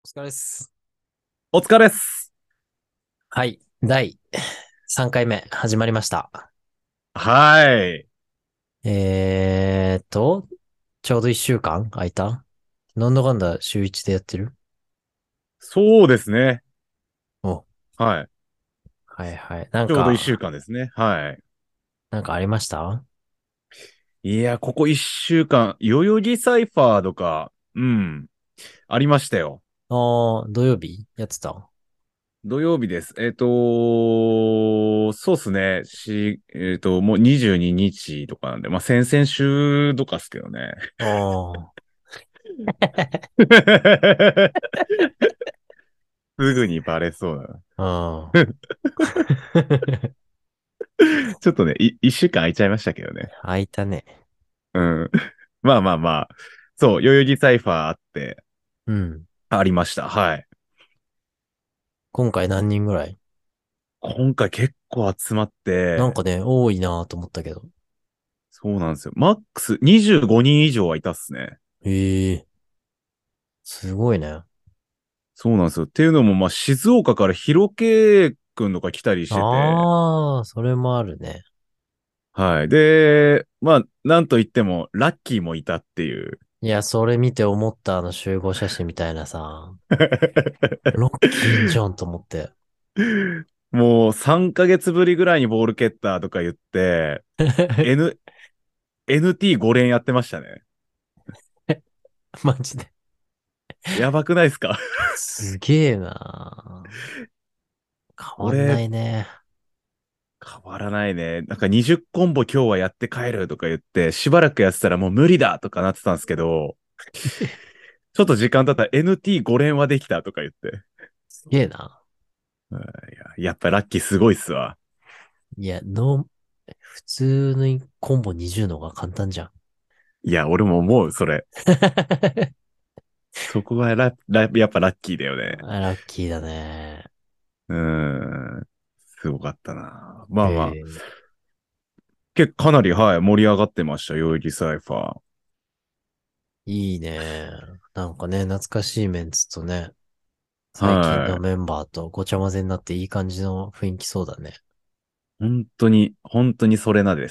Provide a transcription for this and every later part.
お疲れです。 お疲れっす。 はい。第3回目始まりました。 はい。 えーっと、ちょうど1週間空いたなんだかんだ週1でやってる。 そうですね。 お、 はい。 はいはい。なんちょうど一週か、 間ですね。はい。 なんかありました？ いや、ここ一週間、代々木サイファーとか、ありましたよ。 土曜日やってた？ 土曜日です。そうっすね。もう22日とかなんで、まあ、先々週とかっすけどね。 あすぐにバレそうだな。 あ、 ちょっとね、一週間空いちゃいましたけどね。 空いたね。 うん。まあまあまあ。そう、代々木サイファーあって、 うん。 ありました。はい。 今回何人ぐらい？ 今回結構集まって、 なんかね、多いなと思ったけど。 そうなんですよ。マックス25人以上はいたっすね。 ええ、すごいね。 そうなんですよ。っていうのも、まあ、静岡からヒロケイ君とか来たりしてて、 ああ、それもあるね。 はい。で、まあ、なんといっても、ラッキーもいたっていう。 いや、それ見て思った集合写真みたいなさ、ロッキーじゃんと思って。 もう3ヶ月ぶりぐらいにボール蹴ったとか言って、N、NT5 連やってましたね。 マジで。 やばくないですか？ すげえな。変わんな俺、 いね。 変わらないね。なんか20コンボ今日はやって帰るとか言って、しばらくやってたらもう無理だとかなってたんですけど、ちょっと時間経ったら NT5 連はできたとか言って。 すげえな。 うん、やっぱラッキーすごいっすわ。 いや、普通のコンボ20の方が簡単じゃん。 いや、俺も思う、それ。そこがやっぱラッキーだよね。 ラッキーだね。 うーん。すごかったな。まあまあ、 ええ、 かなり、はい、盛り上がってました、代々木サイファー。 いいね。なんかね、懐かしいメンツとね、最近のはい。 メンバーとごちゃ混ぜになっていい感じの雰囲気そうだね。 本当にそれなです。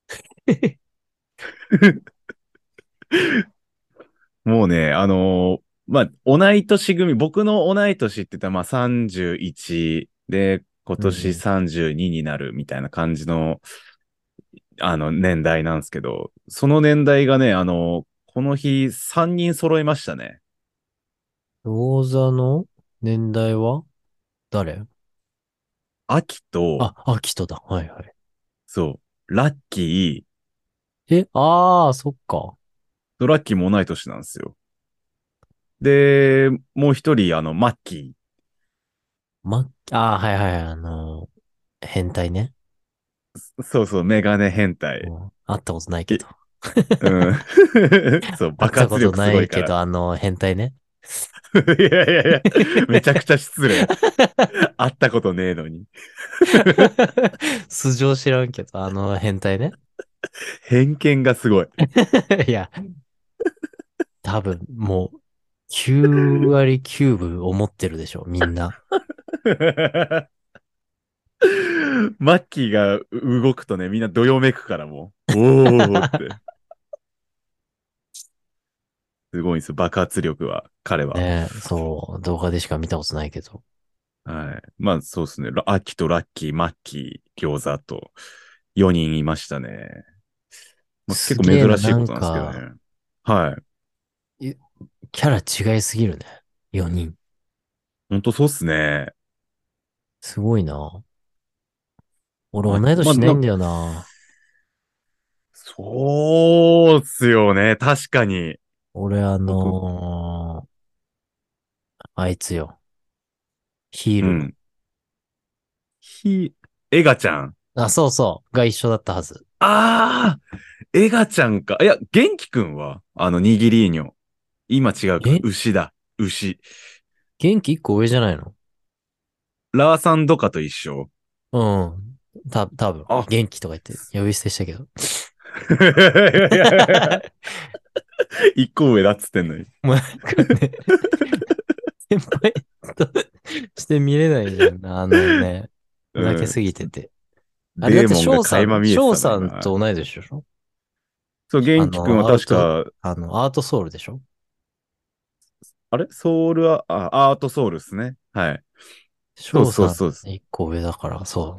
もうね、まあ、同い年組、僕の同い年って言ったら、まあ、31で、今年うんうん。 32になるみたいな感じの、年代なんですけど、その年代がね、この日3人揃いましたね。 魚座の年代は誰？ 秋と、 あ、キトだ。はいはい。 そう、ラッキそっか。 ラッキーも同い年なんですよ。で、もう一人、マッキはいはい、変態ね。 ー。そうそう、メガネ変態。 うん、会ったことないけいど。 うん。そう、 会ったこと爆発力すごいから。 ないけど、変態ね。 いやいやいや、めちゃくちゃ失礼。会ったことねえのに。 素性知らんけど、変態ね。 偏見がすごい。 いや、多分、もう、9割9分思ってるでしょ、みんな。 マッキーが動くとね、みんなどよめくからもう、おーって。すごいんですよ、爆発力は、彼は。 ねえ、そう、動画でしか見たことないけど。 はい。まあ、そうですね。アキとラッキー、マッキー、餃子と4人いましたね。まあ、結構すげえな、なん珍しいことなんですけどか、 ね。はい。 いキャラ違いすぎるね。4人。 ほんとそうっすね。 すごいな。俺同いまあ、 年ないんだよな。 そうっすよね。確かに。 俺僕、 あいつよ。ヒールの。 うん。エガちゃん。 あ、そうそう。が一緒だったはず。 ああ、エガちゃんか。いや、元気くんはニギリーニョ。今違うか。 え牛だ。牛。 元気一個上じゃないの？ ラーサンドカと一緒。 うん。多分あ、 元気とか言って呼び捨てしたけど。 いやいやいや、一個上だっつってんのに。 もうなんかね、 先輩として見れないじゃん。ふざけうん。 すぎてて。あれだってデーモンが垣間見えてたの、 翔さん今。 と同い年でしょ？ そう、元気くんは確か、 アートソウルでしょ？ あれソウルは、アートソウルですね。はい。そう翔さんそうそうです。 一個上だから、そう。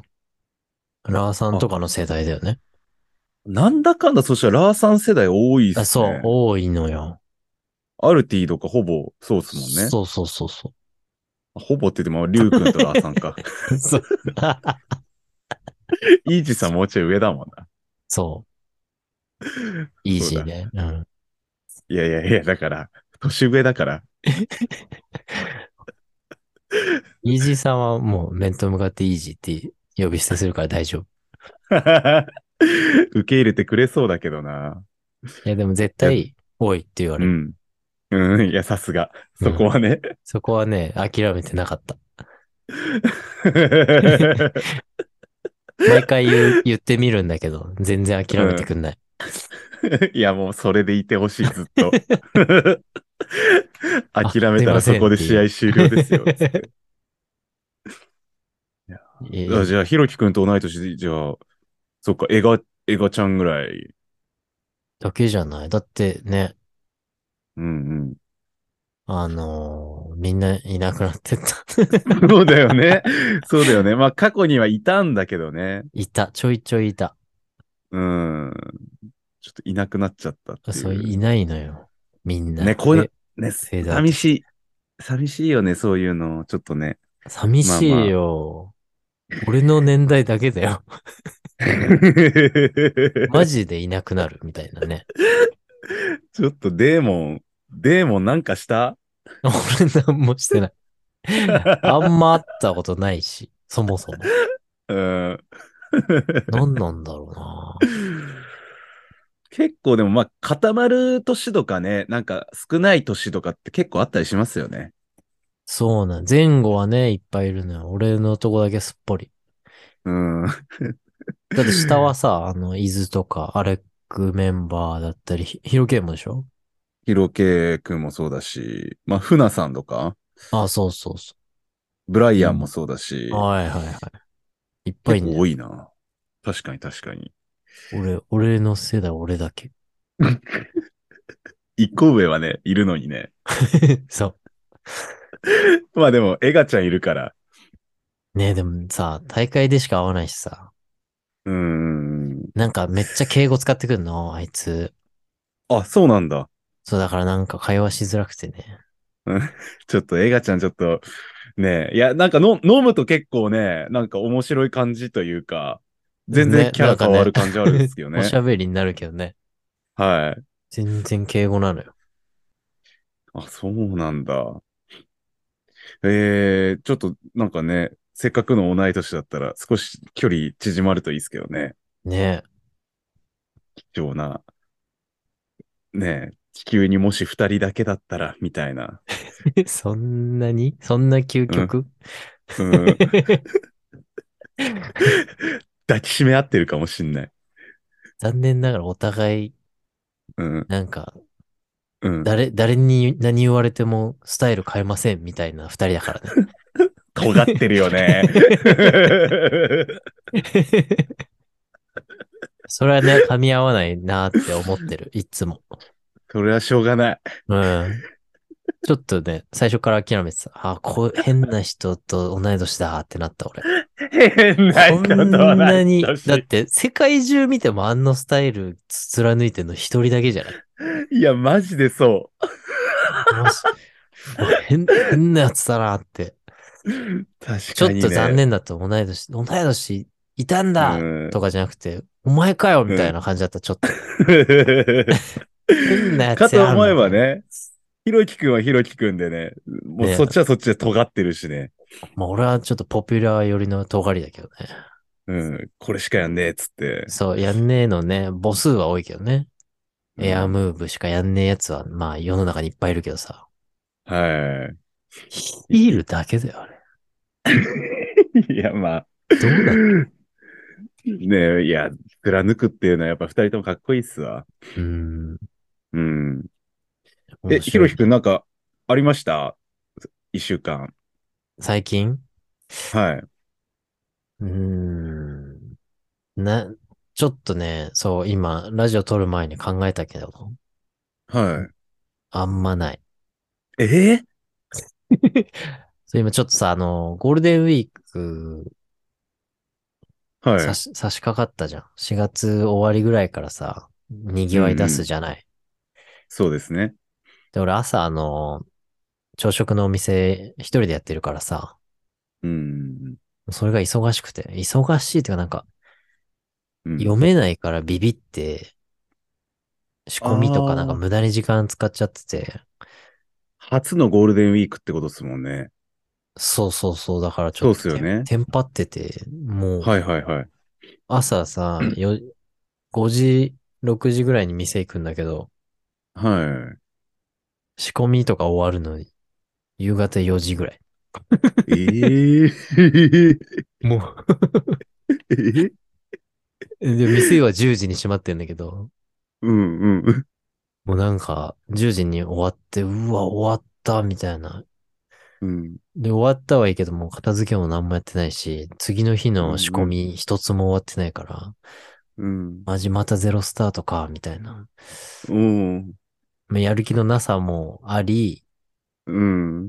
ラーさんあ、 とかの世代だよね。 なんだかんだ、そしたらラーさん世代多いっあ、そう、 すね。 多いのよ。 アルティとかほぼそうっすもんね。 そうそうそうそほぼって言っても、リュウくんとラーさんか。 う。そう。 イージさんもうちょい上だもんな。 そう。イーそうだ。 ジーね。うん。 いやいやいや、だから、年上だから。 イージーさんはもう面と向かってイージーって呼び捨てするから大丈夫。 受け入れてくれそうだけどな。 いや、でも絶いや、 対多いって言われる。 うん。うん、いや、さすが。そこうん。 はね。 そこはね、諦めてなかった。毎回言ってみるんだけど、全然諦めてうん。 くんない。 いや、もうそれでいてほしい、ずっと。 あ、 諦めたらそすいませんっこで試合ていう。 終了ですよ、つって。いやじゃあ、ひろきくんと同い年で、じゃあ、そっか、エガちゃんぐらい。 だけじゃない。だってね、 うんうん。 みんないなくなってった。 そうだよね。そうだよね。まあ、過去にはいたんだけどね。 いた。ちょいちょいいた。 うん。ちょっといなくなっちゃったってそう、 いう。 いないのよ。みんね、 な。 こういうの、ね、 フェードアウトして。 寂しい。寂しいよね、そういうの。ちょっとね。 寂しいまあまよ。俺の年代だけだよ。 あ。 マジでいなくなるみたいなね。 ちょっとデーモンなんかした？ 俺なんもしてない。あんま会ったことないし、そもそも。 うん。 何なんだろうな。 結構でもまあ固まる年とかね、なんか少ない年とかって結構あったりしますよね。 そうなん。前後はね、いっぱいいるのよ。俺のとこだけすっぽり。 うん。 だって下はさ、伊豆とか、アレックメンバーだったり、ヒロケンもでしょ？ ヒロケイ君もそうだし、まあ船さんとか、 あ、そうそうそブライう。 アンもそうだし、 はいはいはい。いっぱい結構多いんだよ。 いな。確かに確かに。 俺の世代俺だけ。 一個上はね、いるのにね。 そう。 まあでも、エガちゃんいるから。 ねえ、でもさ、大会でしか会わないしさ、 うーん。 なんかめっちゃ敬語使ってくんの、あいつ。 あ、そうなんだ。 そう、だからなんか会話しづらくてね。 うん。ちょっと、エガちゃんちょっと、ねいや、なんか飲むと結構ね、なんか面白い感じというか、全然ね、 キャラ変わなんかね、 る感じあるんですけどおしね。 ゃべりになるけどね。 はい。 全然敬語なのよ。 あ、そうなんだ。ちょっとなんかね、せっかくの同い年だったら少し距離縮まるといいですけどね。 ね貴重な、ね、地球にもし二人だけだったら、みたいな。 え。そんな究うん、 極？ うん。抱きしめ合ってるかもしんない。 残念ながらお互い、 うん、 なんか、 うん。 誰に何言われてもスタイル変えませんみたいな二人だからね。 尖ってるよね。 それはね、噛み合わないなって思ってる。いつも。 それはしょうがない。 うん。ちょっとね、最初から諦めてた。あ、変な人と同い年だってなった俺。 変なこ人と同いんなに、だっ年。 て世界中見てもあんなスタイル貫いてんの一人だけじゃない？ いや、マジでそもし、変なやつだなって。 う。確かちょっと残にね。 念だった同い年いたんうだとん。 かじゃなくて、お前かよみうん。 たいな感じだった、ちょっと。変なやつかと思やんみたいな。 えばね、ひろきくんはひろきくんでね、もうそっね、 ちはそっちで尖ってるしね。 まあ俺はちょっとポピュラー寄りの尖りだけどね。 うん、これしかやんねえっつって。 そう、やんねえのね、母数は多いけどね。エアうん。 ムーブしかやんねえやつは、まあ世の中にいっぱいいるけどさ。 はヒールだけだよ、あれ。 い。いや、まあ。 どうなってる？ ねえ、いや、貫くっていうのはやっぱ二人ともかっこいいっすわ。 うーん、 うん。 面ひろきくん白いね。 なんかありました？ 一週間。 最近はい。 うーん。ちょっとね、そう、今、ラジオ撮る前に考えたけど、 はあんまない。 い。 そう、今ちょっとさ、ゴールデンウィークはい。 差し掛かったじゃん。4月終わりぐらいからさ、賑わい出うんうん。 すじゃない。 そうですね。 で、俺朝朝食のお店一人でやってるからさ、 うんそれが忙しくて、忙しいっていうかなんか、 うんうん。うん。 読めないからビビって、仕込みとかなんかああ、 無駄に時間使っちゃってて、 初のゴールデンウィークってことですもんね。 そうそうそう、だからちょっそうっとすよね。 テンパってて、もうはいはいはい。 朝さ、5時、6時ぐらいに店行くんだけど、 は仕込みとか終わるの夕方4時ぐらい。 い。ええもええう、で、店は10時に閉まってんだけど、 うんうん。 もうなんか10時に終わって、うわ、終わったみたいな。 うん。 で、終わったはいいけども、片付けも何もやってないし、次の日うんの仕込うん。 み一つも終わってないから、 うん。 マジまたゼロスタートか、みたいな。 うん。 まあやる気のなさもあり、 うん。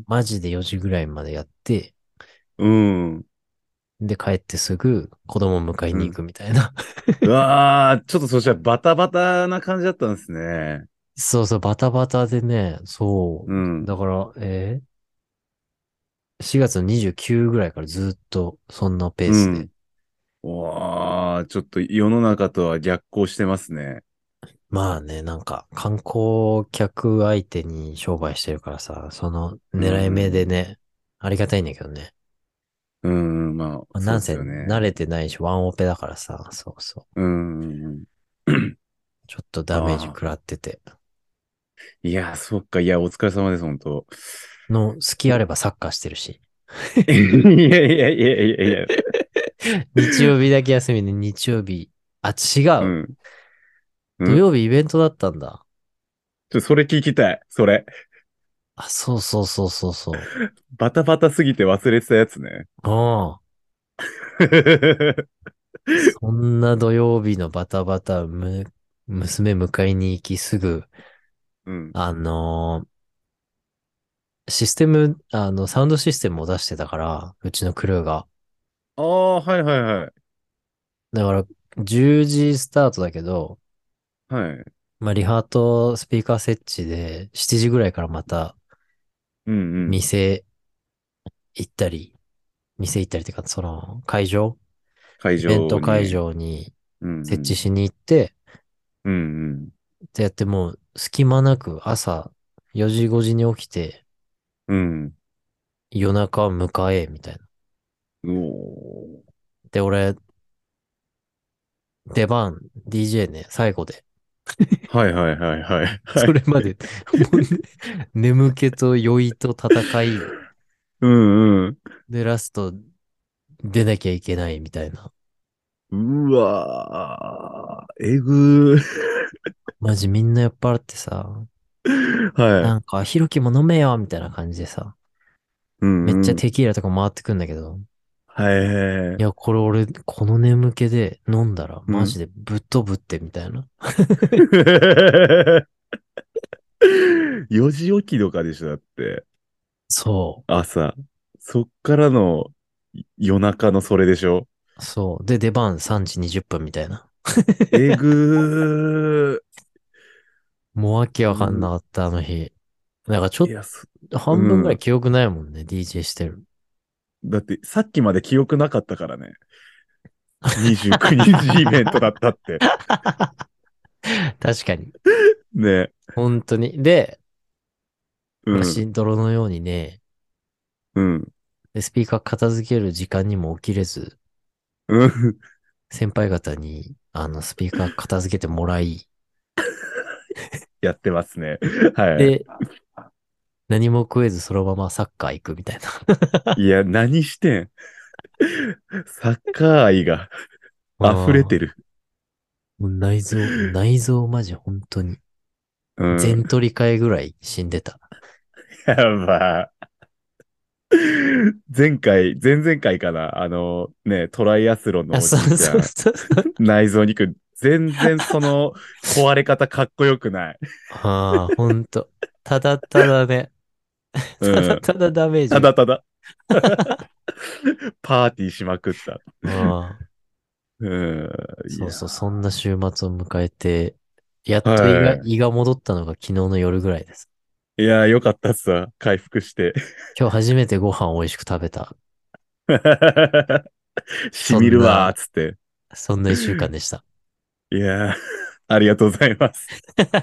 マジで4時ぐらいまでやって、 うん。 で、帰ってすぐ子供迎えに行うん。 くみたいな。 うわー、ちょっとそしたらバタバタな感じだったんですね。 そうそう、バタバタでね、そう。 うん。 だから、4月の29ぐらいからずっとそんなペースで。 うん。わー、ちょっと世の中とは逆行してますね。 まあね、なんか観光客相手に商売してるからさ、そのう狙い目でん。 ね、ありがたいんだけどね。 うん、まあ、そうっすまあなんせよね。 慣れてないし、ワンオペだからさ、そうそう。 うん。 ちょっとダメージああ。 食らってて。 いや、そっか。いや、お疲れ様です、本当。 の、隙あればサッカーしてるし。 いやいやいやいやいや。 日曜日だけ休みで日曜日、あ、違う。 うん。うん。 土曜日イベントだったんだ。 それ聞きたい。それ。 あ、そうそうそうそうそバタバタすぎて忘れてたやつね。 う。ああ、そんな土曜日のバタバタ、娘迎えに行きすぐ、 うん。 あのシステム、サウンドシステムを出してたから、うちのクルーが。 ああ、はいはいはい。 だから、10時スタートだけど、 はい。 まあ、リハとスピーカー設置で、7時ぐらいからまた、 うんうん。 店行ったり、店行ったりっていうか、その、会場会イベント会場に。 場にうんうん。 設置しに行って、 うんうん。 ってやってもう隙間なく朝4時5時に起きてうん。 夜中迎えみたいな。 おー。 で、俺、出番 DJ ね、最後で。 はいはいはいはいはい。 それまで、もうね、眠気と酔いと戦い、 うんうん。 で、ラスト出なきゃいけないみたいな。 うわー。えぐー。 マジみんな酔っ払ってさ、 はい。 なんか、ひろきも飲めよみたいな感じでさ、 うめっちゃんうん。 テキーラとか回ってくんだけど、 はいはいはい。 いや、これ俺、この眠気で飲んだら、 うん。 マジでぶっ飛ぶってみたいな。 4時起きとかでしょ、だって。 そ朝。そっからの夜中のそれでしょ。 う、そう。で、出番3時20分みたいな。 えぐもうわけー。 わかんなかった、あの日。だからちょっいや、 と、 う半分ぐらいん。 記憶ないもんね、DJ してる。 だって、さっきまで記憶なかったからね。29日イベントだったって。 確かに。 ね。 本当に。で、 うん。 しんどろのようにね、 うん。 でスピーカー片付ける時間にも起きれず、 うん。 先輩方に、スピーカー片付けてもらい、 やってますね。はい。 で、何も食えずそのままサッカー行くみたいな。 いや、何してん。サッカー愛が溢れてああ、 る。 もう内臓マジ本当に。 うん。 全取り替えぐらい死んでた。 やば。 前々回かな。トライアスロンのあ、 おそうそうじいちゃん、 そうそう。 内臓肉、全然その壊れ方かっこよくない。 ああ、ほんと。ただただね。 うただん。 ただダメージ受け。 ただただ。パーティーしまくった。 ああ、 うん。いやそうそう、そんな週末を迎えて、やっー、 とは胃が戻ったのが昨日の夜ぐらいです。 い。いやー、よかったっすわ。回復して。 今日初めてご飯を美味しく食べた。 しそみるわーっんな、 つって。 そんな一週間でした。 いやー、ありがとうございます。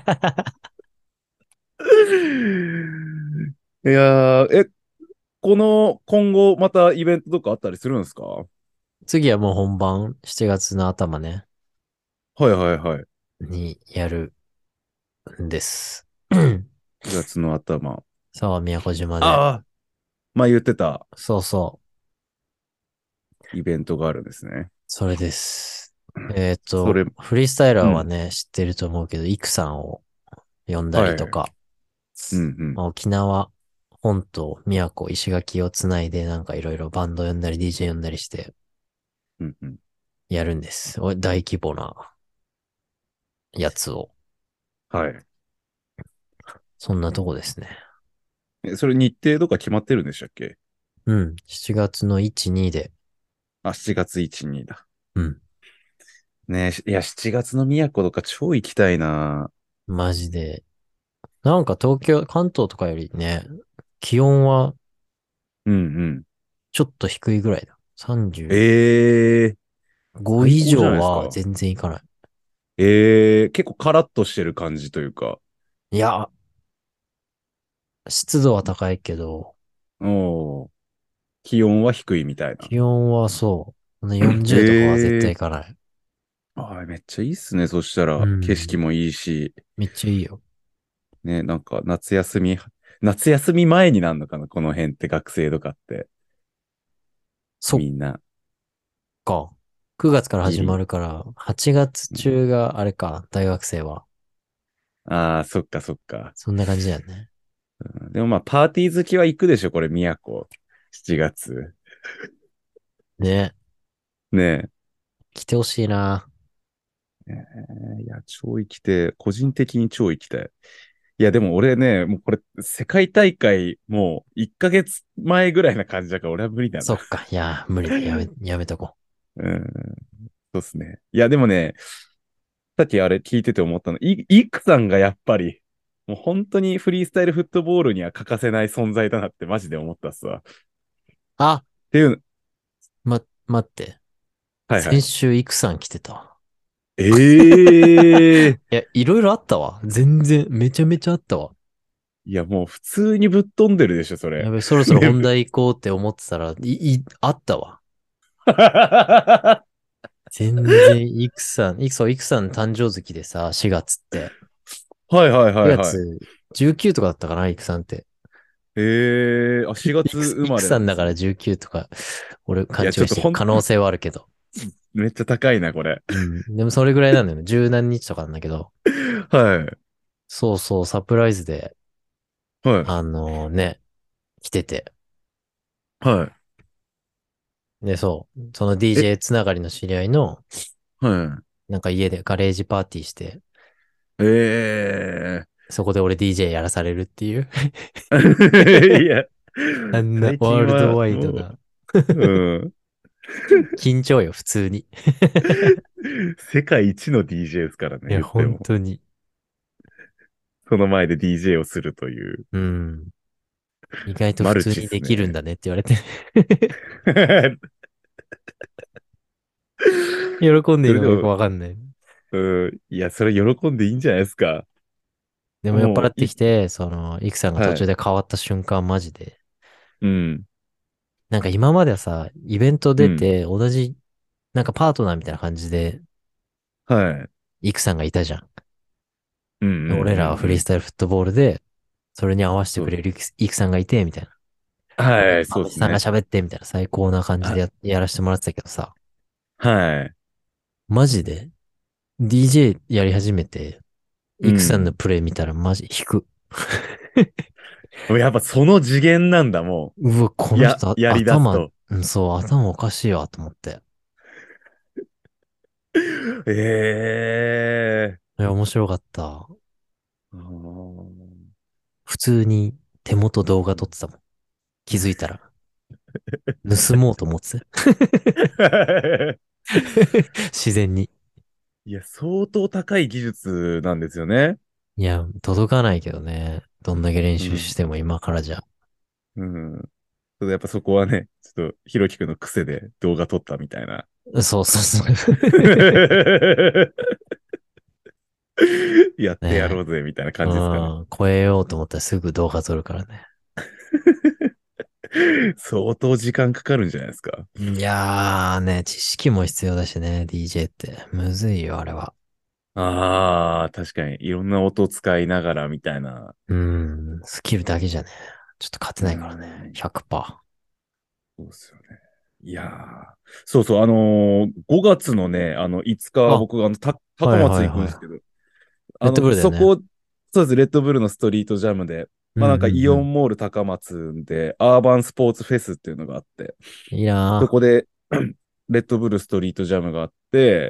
いやー、今後またイベントとかあったりするんですか？は次はもう本番、7月の頭ね、 いはいはい。 にやるんです。 4月の頭。 そう、宮古島で。 ああ、まあ言ってたそうそう、 イベントがあるんですね。 それです。 それ、 フリースタイラーうん。 はね、知ってると思うけど、イクさんを呼んだはい。 りとか、 うんうん。 まあ沖縄本島、宮古、石垣をつないでなんかいろいろバンド呼んだり DJ 呼んだりしてうんうん。 やるんです。大規模なやつを。 はい。 そんなとこですね。 それ日程とか決まってるんでしたっけ？ うん。7月の1、2で。 あ、7月1、2だ。 うん。 ねえ、いや、7月の都とか超行きたいな。 マジで。なんか東京、関東とかよりね、気温はうんうん。 ちょっと低いぐらいだ。 ええー、 35以最高じゃない上はですか。 全然いかない。 ええー、結構カラッとしてる感じというか。 いや、湿度は高いけど、 おー、気温は低いみたいな。 気温はそう。40とかは絶ええー、 対いかない。 めっちゃいいっすね。そしたうら、景色ん。 もいいし、 めっちゃいいよ。 ね、なんか夏休み前になるのかな、この辺って学生とかって、 そっみんな、 か。9月から始まギリ。 るから、8月中があれか、大学生は。 ああ、そっかそっか。 そんな感じだよね。 でもまあ、パーティー好きは行くでしょ、これ、都。7月。 ね。 ね来てほしいな。 え。いや、超行きて、個人的に超行きたい。いや、でも俺ね、もうこれ、世界大会、もう1ヶ月前ぐらいな感じだから、俺は無理だな。 そっか。いや、無理だ。やめとこうん、そうっすね。いや、でもね、さっきあれ聞いてて思ったの、イクさんがやっぱり、もう本当にフリースタイルフットボールには欠かせない存在だなってマジで思ったっすわ。っう。あ、 ていう、 待って。先はいはい。 週イクさん来てたわ。 ええー、 いや、いろいろあったわ。全然、めちゃめちゃあったわ。 いや、もう普通にぶっ飛んでるでしょ、それ。 やべ、そろそろね、 本題行こうって思ってたら、あったわ。 は全然、イクさん誕生月でさ、4月って。 いはいはい 4 はい。 月19とかだったかな、イクさんって。 4月生イクまれさんだからなんですね。 19とか、俺いや、 勘違いしてる可能性はあるけど。 めっちゃ高いな、これ。 うん。でもそれぐらいなんだよね。十何日とかなんだけど。 はい。 そうそう、サプライズで、 はい。 ね、来てて。 はで、そう、そのい。 DJ つながりの知り合いの、 はなんか家でガレージパーティーして、 い。 そこで俺 DJ やらされるっていう。 いや、 あんな最ワールド近はワイドもな。 う、うん。 緊張よ、普通に。 世界一の DJ ですからね、 いや、 言っても。 本当に。 その前で DJ をするという、 うん。意外と普マルチっ通にですね。 きるんだねって言われて。喜んでいいのかよくそれでも、 わかんない。 いや、それ喜んでいいんじゃないですか。 でも酔っ払もう、 ってきて、イクさんが途はい。 中で変わった瞬間、マジで。 うん。 なんか今まではさ、イベントうん。 出て、同じ、なんかパートナーみたいな感じで、 はい。 イクさんがいたじゃん。 うんうんう俺らはフリースんうん。 タイルフットボールで、それに合わせてそう。 くれるイクさんがいて、みたいな。 はい、そうマムシさんがですね。 喋って、みたいな最高な感じであ、 やらせてもらってたけどさ、 はい。 マジで DJ やり始めて、イクさんのうん。 プレイ見たらマジ引く。 やっぱその次元なんだ、もうわ、こう。 の人、 やり出す頭、 と。 うん、そう、頭おかしいわ、と思って。 ええいや、面白かった。 ー。 普通に手元動画撮ってたもん。気づいたら。盗もうと思ってた。自然に。 いや、相当高い技術なんですよね。 いや、届かないけどね。どんだけ練うん。 習しても今からじゃ。 うん。やっぱそこはね、ちょっと、ひろきくんの癖で動画撮ったみたいな。 そうそうそう。 やってやろねうぜ、みたいなえ。う感じですかね。 ん。超えようと思ったらすぐ動画撮るからね。 相当時間かかるんじゃないですか。 いやーね、知識も必要だしね、DJ って。むずいよ、あれは。 ああ、確かに。いろんな音使いながらみたいな。 うん。スキルだけじゃね。ちょっと勝てうないからね。 ん。 100%。 そうですよね。いやー、そうそう、5月のね、5日、 あ、 僕、高はいは松いは行くんですけど、 い。レッドブルだよね。 そこ、そうです、レッドブルのストリートジャムで、 うんうまあなんかイオんンモール高松で、アーバンスポーツフェスっていうのがあって、 うん。いいなそこで、レッドブルストリートジャムがあって、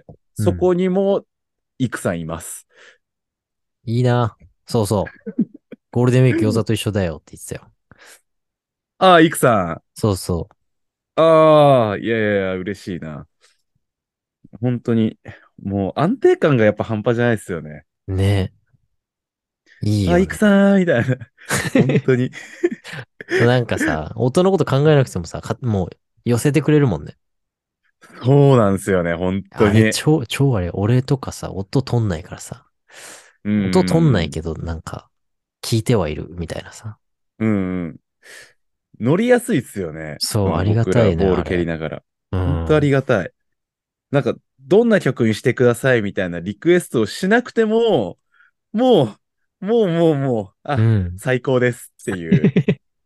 ぁ。うん。 そこにも、イクさんいます。 いいなぁ。そうそう。ゴールデンウィーク餃子と一緒だよって言ってたよ。 ああ、イクさん。 そうそああ、いやいやいや、嬉しいな。本当に、もう安定感がやっぱ半端じゃないですよね。 う。ねえ。いいあ、 よね。 イクさんみたいな。本当に。 なんかさ、音のこと考えなくてもさ、もう寄せてくれるもんね。 そうなんですよね、本当あれ、 に。 超あれ、俺とかさ、音取んないからさ、 うー音取んないん。 けど、なんか、聞いてはいるみたいなさ。 うんうん。乗りやすいっすよね。 そう、ありが僕たいね、 らボール蹴りあれ。 ながら。 う本当ありん。 がたい。なんか、どんな曲にしてくださいみたいなリクエストをしなくても、ももう、あ、 うん。 最高ですっていう、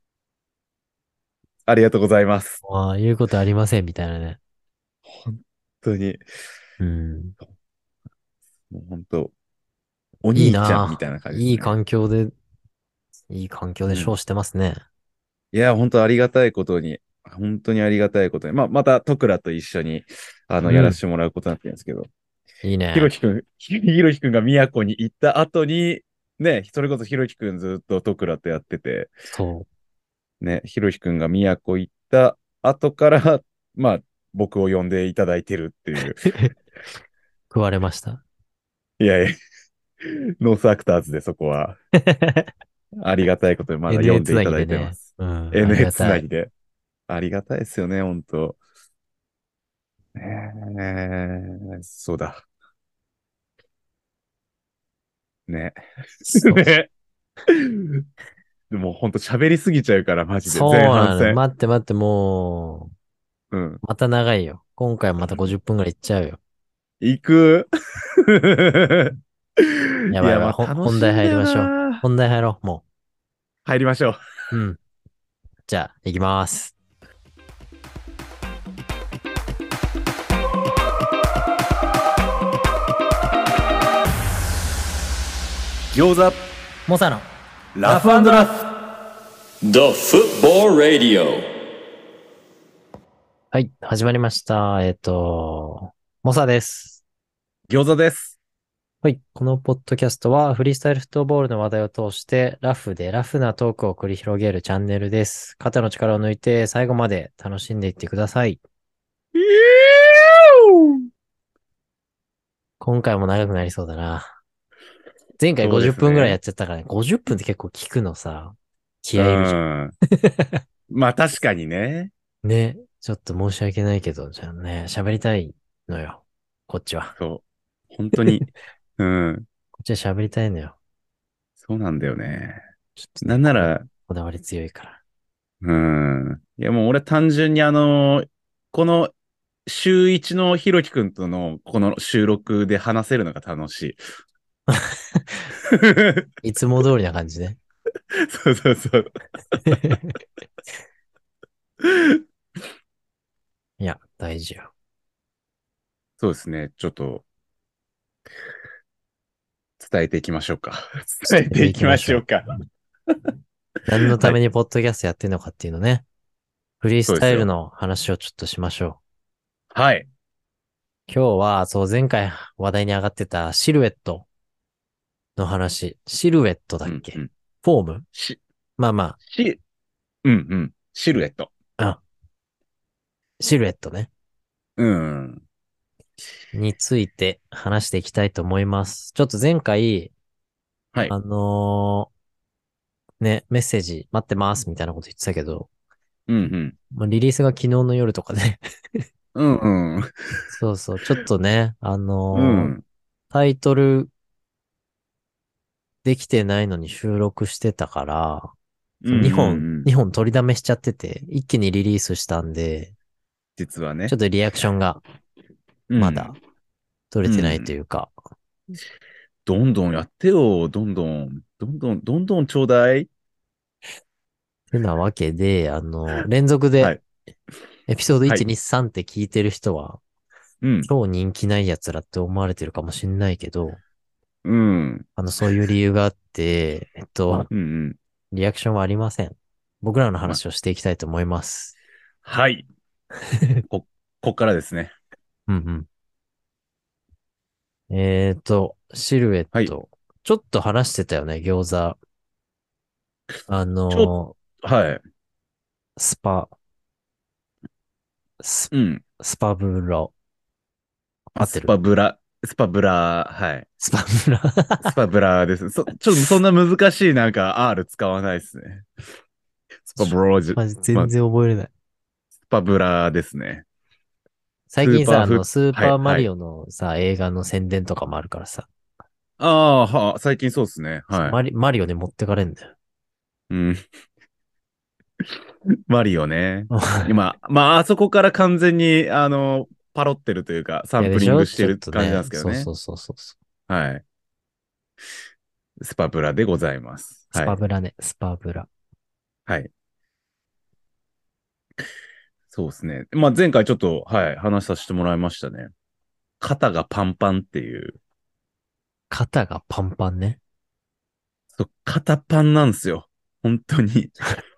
ありがとうございます。 まあ、言うことありませんみたいなね。 本当に、 うん。 もう本当、おいい兄ちゃんみなたいな感ぁ。いいじですね。 環境で、いい環境うん。 でショーしてますね。 いや、本当ありがたいことに、本当にありがたいことに、まあ、また、トクラと一緒に、やらせうん。 てもらうことになってるんですけど、 いいね。 ひろきくん、ひろきくんが宮古に行った後に、ね、それこそひろきくんずっとトクラとやってて、 そね、ひろきくんが宮古行った後から、まあ、僕を呼んでいただいてるっていう。 う。食われました。 いやいや、ノースアクターズでそこは、ありがたいことにまだ NA つな呼んでいただぎでね。 いてます。 うん、あり NA がたい。 つなぎで。ありがたいですよね、本当。そうだ。ね。 そう。 ね。でも本当喋りすぎちゃうから、マジで。前そうなのよ。 半戦。 待って待って、もうん。 う、また長いよ。今回また50分ぐらいいっちゃうよ。 行く。いや、 やばいやばい。 まあ楽本題しいんだよ入りましょう。 な。 本題入ろう。も入りましょう。 う。うん。じゃあ、行きます。 餃子、 モサの。 ラフラフ。 The Football Radio. はい、始まりました。モサです。 餃子です。 はい。このポッドキャストはフリースタイルフットボールの話題を通してラフでラフなトークを繰り広げるチャンネルです。肩の力を抜いて最後まで楽しんでいってください。 イエーイ。 今回も長くなりそうだな。前回そうで 50分ぐらいやすね。 っちゃったからね。50分って結構聞くのさ、気う合いいるじゃん。まあ確かにね。 ん。ね。ちょっと申し訳ないけど、じゃあね、喋りたいのよ。こっちは。 そう。本当に。うん。 こっちは喋りたいのよ。 そうなんだよね。 ちょっとね、 なんなら、 こだわり強いから。 うん。いやもう俺単純にこの週一のひろきくんとのこの収録で話せるのが楽しい。 いつも通りな感じね。 そうそうそう。 いや、大事よ。 そうですね。ちょっと伝えていきましょうか。伝え伝えていていきまきましょしょうか。 何のたはい。 めにポッドキャストやってんのかっていうのね。フリースタイルそうですよ。 の話をちょっとしましょはい。 う。今日は、そう、前回話題に上がってたシルエットの話。シルエットだっけ？ うんうん。 フォーム？ し、 まあまし、うんうん。シルエット。 あ、シルエットね。 うん。 について話していきたいと思います。ちょっと前回、 はい。 あのね、メッセージ待ってますみたいなこと言ってたけど、 うんうん。 まあ、リリースが昨日の夜とかでうんうん。 そうそう、ちょっとね、 うん。 タイトルできてないのに収録してたから、そううんうんうん。 2本取りだめしちゃってて、一気にリリースしたんで、 実はね。 ちょっとリアクションがまだうん。 取れてないとうん。 いうか、 どんどんやってよ。どんどん。どんどん、どんどんちょうだい。 てなわけで、連続ではい。 エピソード1、 はい。 2、3って聞いてる人は、 うん。 超人気ない奴らって思われてるかもしんないけど、 うん。 そういう理由があって、 うんうん。 リアクションはありません。僕らのま、 話をしていきたいと思います。 はい。こっからですね。 うんうん。シルエッはい。 ト。ちょっと話してたよね、餃子。あちょ、 の、 はい。 スパ、ス、 うん。 スパブラ。合ってスる？ パブラ、スパブラ、はい。 スパブラ。 スパブラです。ちょっとそんな難しいなんか R 使わないですね。スパブロージ、 マジまあ、 全然覚えれない。 スパブラですね。ス最近さ、 ーパーフッ、 スーはい、 パーマリはい。 オのさ、映画の宣伝とかもあるからさ、 ああ、最近そうですね。はい。 マリオで持ってかれんだよ。 うん。マリオね。今、まあ、あそこから完全に、パロってるというか、サいやンプリングしてでしょちょっる感じなんでとね、 すけどね。 そうそうそうそうそう。 はい。スパブラでございます。 スはい。 パブラね、スパブラ。 はい。そうですね。まあ、前回ちょっと、はい、話させてもらいましたね。肩がパンパンっていう、 肩がパンパンね。 肩パンなんですよ。本当に。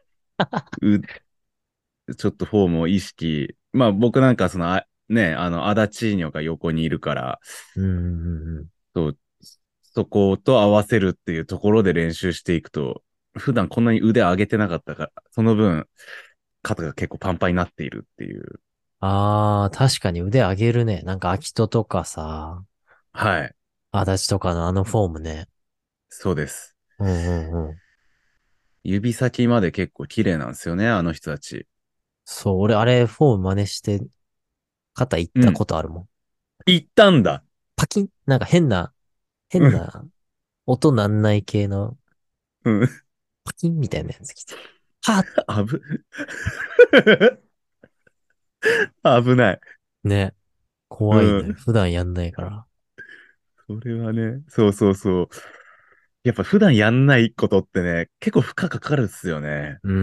ちょっとフォームを意識。まあ、僕なんかね、アダチーニョが横にいるから、 うんうんうん。 そう、そこと合わせるっていうところで練習していくと、普段こんなに腕上げてなかったから、その分、肩が結構パンパンになっているっていう。 あー、確かに腕上げるね。なんか、秋人とかさ、 はい。 足立とかのあのフォームね。 そうです。 うんうんうん。 指先まで結構綺麗なんですよね、あの人たち。 そう、俺あれフォーム真似して肩いったうん。 ことあるもん。 行ったんだ。 パキンなんか変うん。 な音なんない系のうん。 パキンみたいなやつ来て。はっあぶ、危ない。 ね。怖いね。 うん。 普段やんないから。 それはね、そうそうそう。やっぱ普段やんないことってね、結構負荷かかるっすよね。 うん。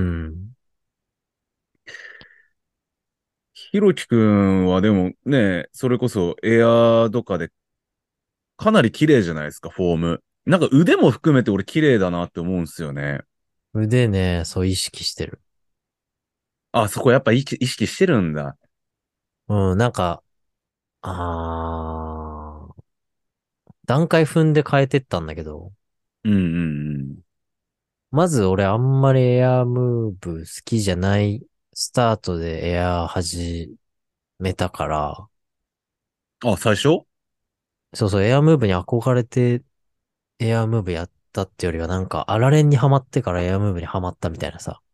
ひろきくんはでもね、それこそエアーとかでかなり綺麗じゃないですか、フォーム。なんか腕も含めて俺綺麗だなって思うんですよね。 腕ね、そう意識してる。 あ、そこやっぱ意識してるんだ。 うん、なんか、段階踏んで変えてったんだけど、 うんうんまず俺あんまりエアムーブ好きじゃないスタートでエア始めたから、 うん。あ、最初そうそう、エアムーブに憧れてエアムーブやったってよりはなんか、アラレンにハマってからエアムーブにハマったみたいなさ。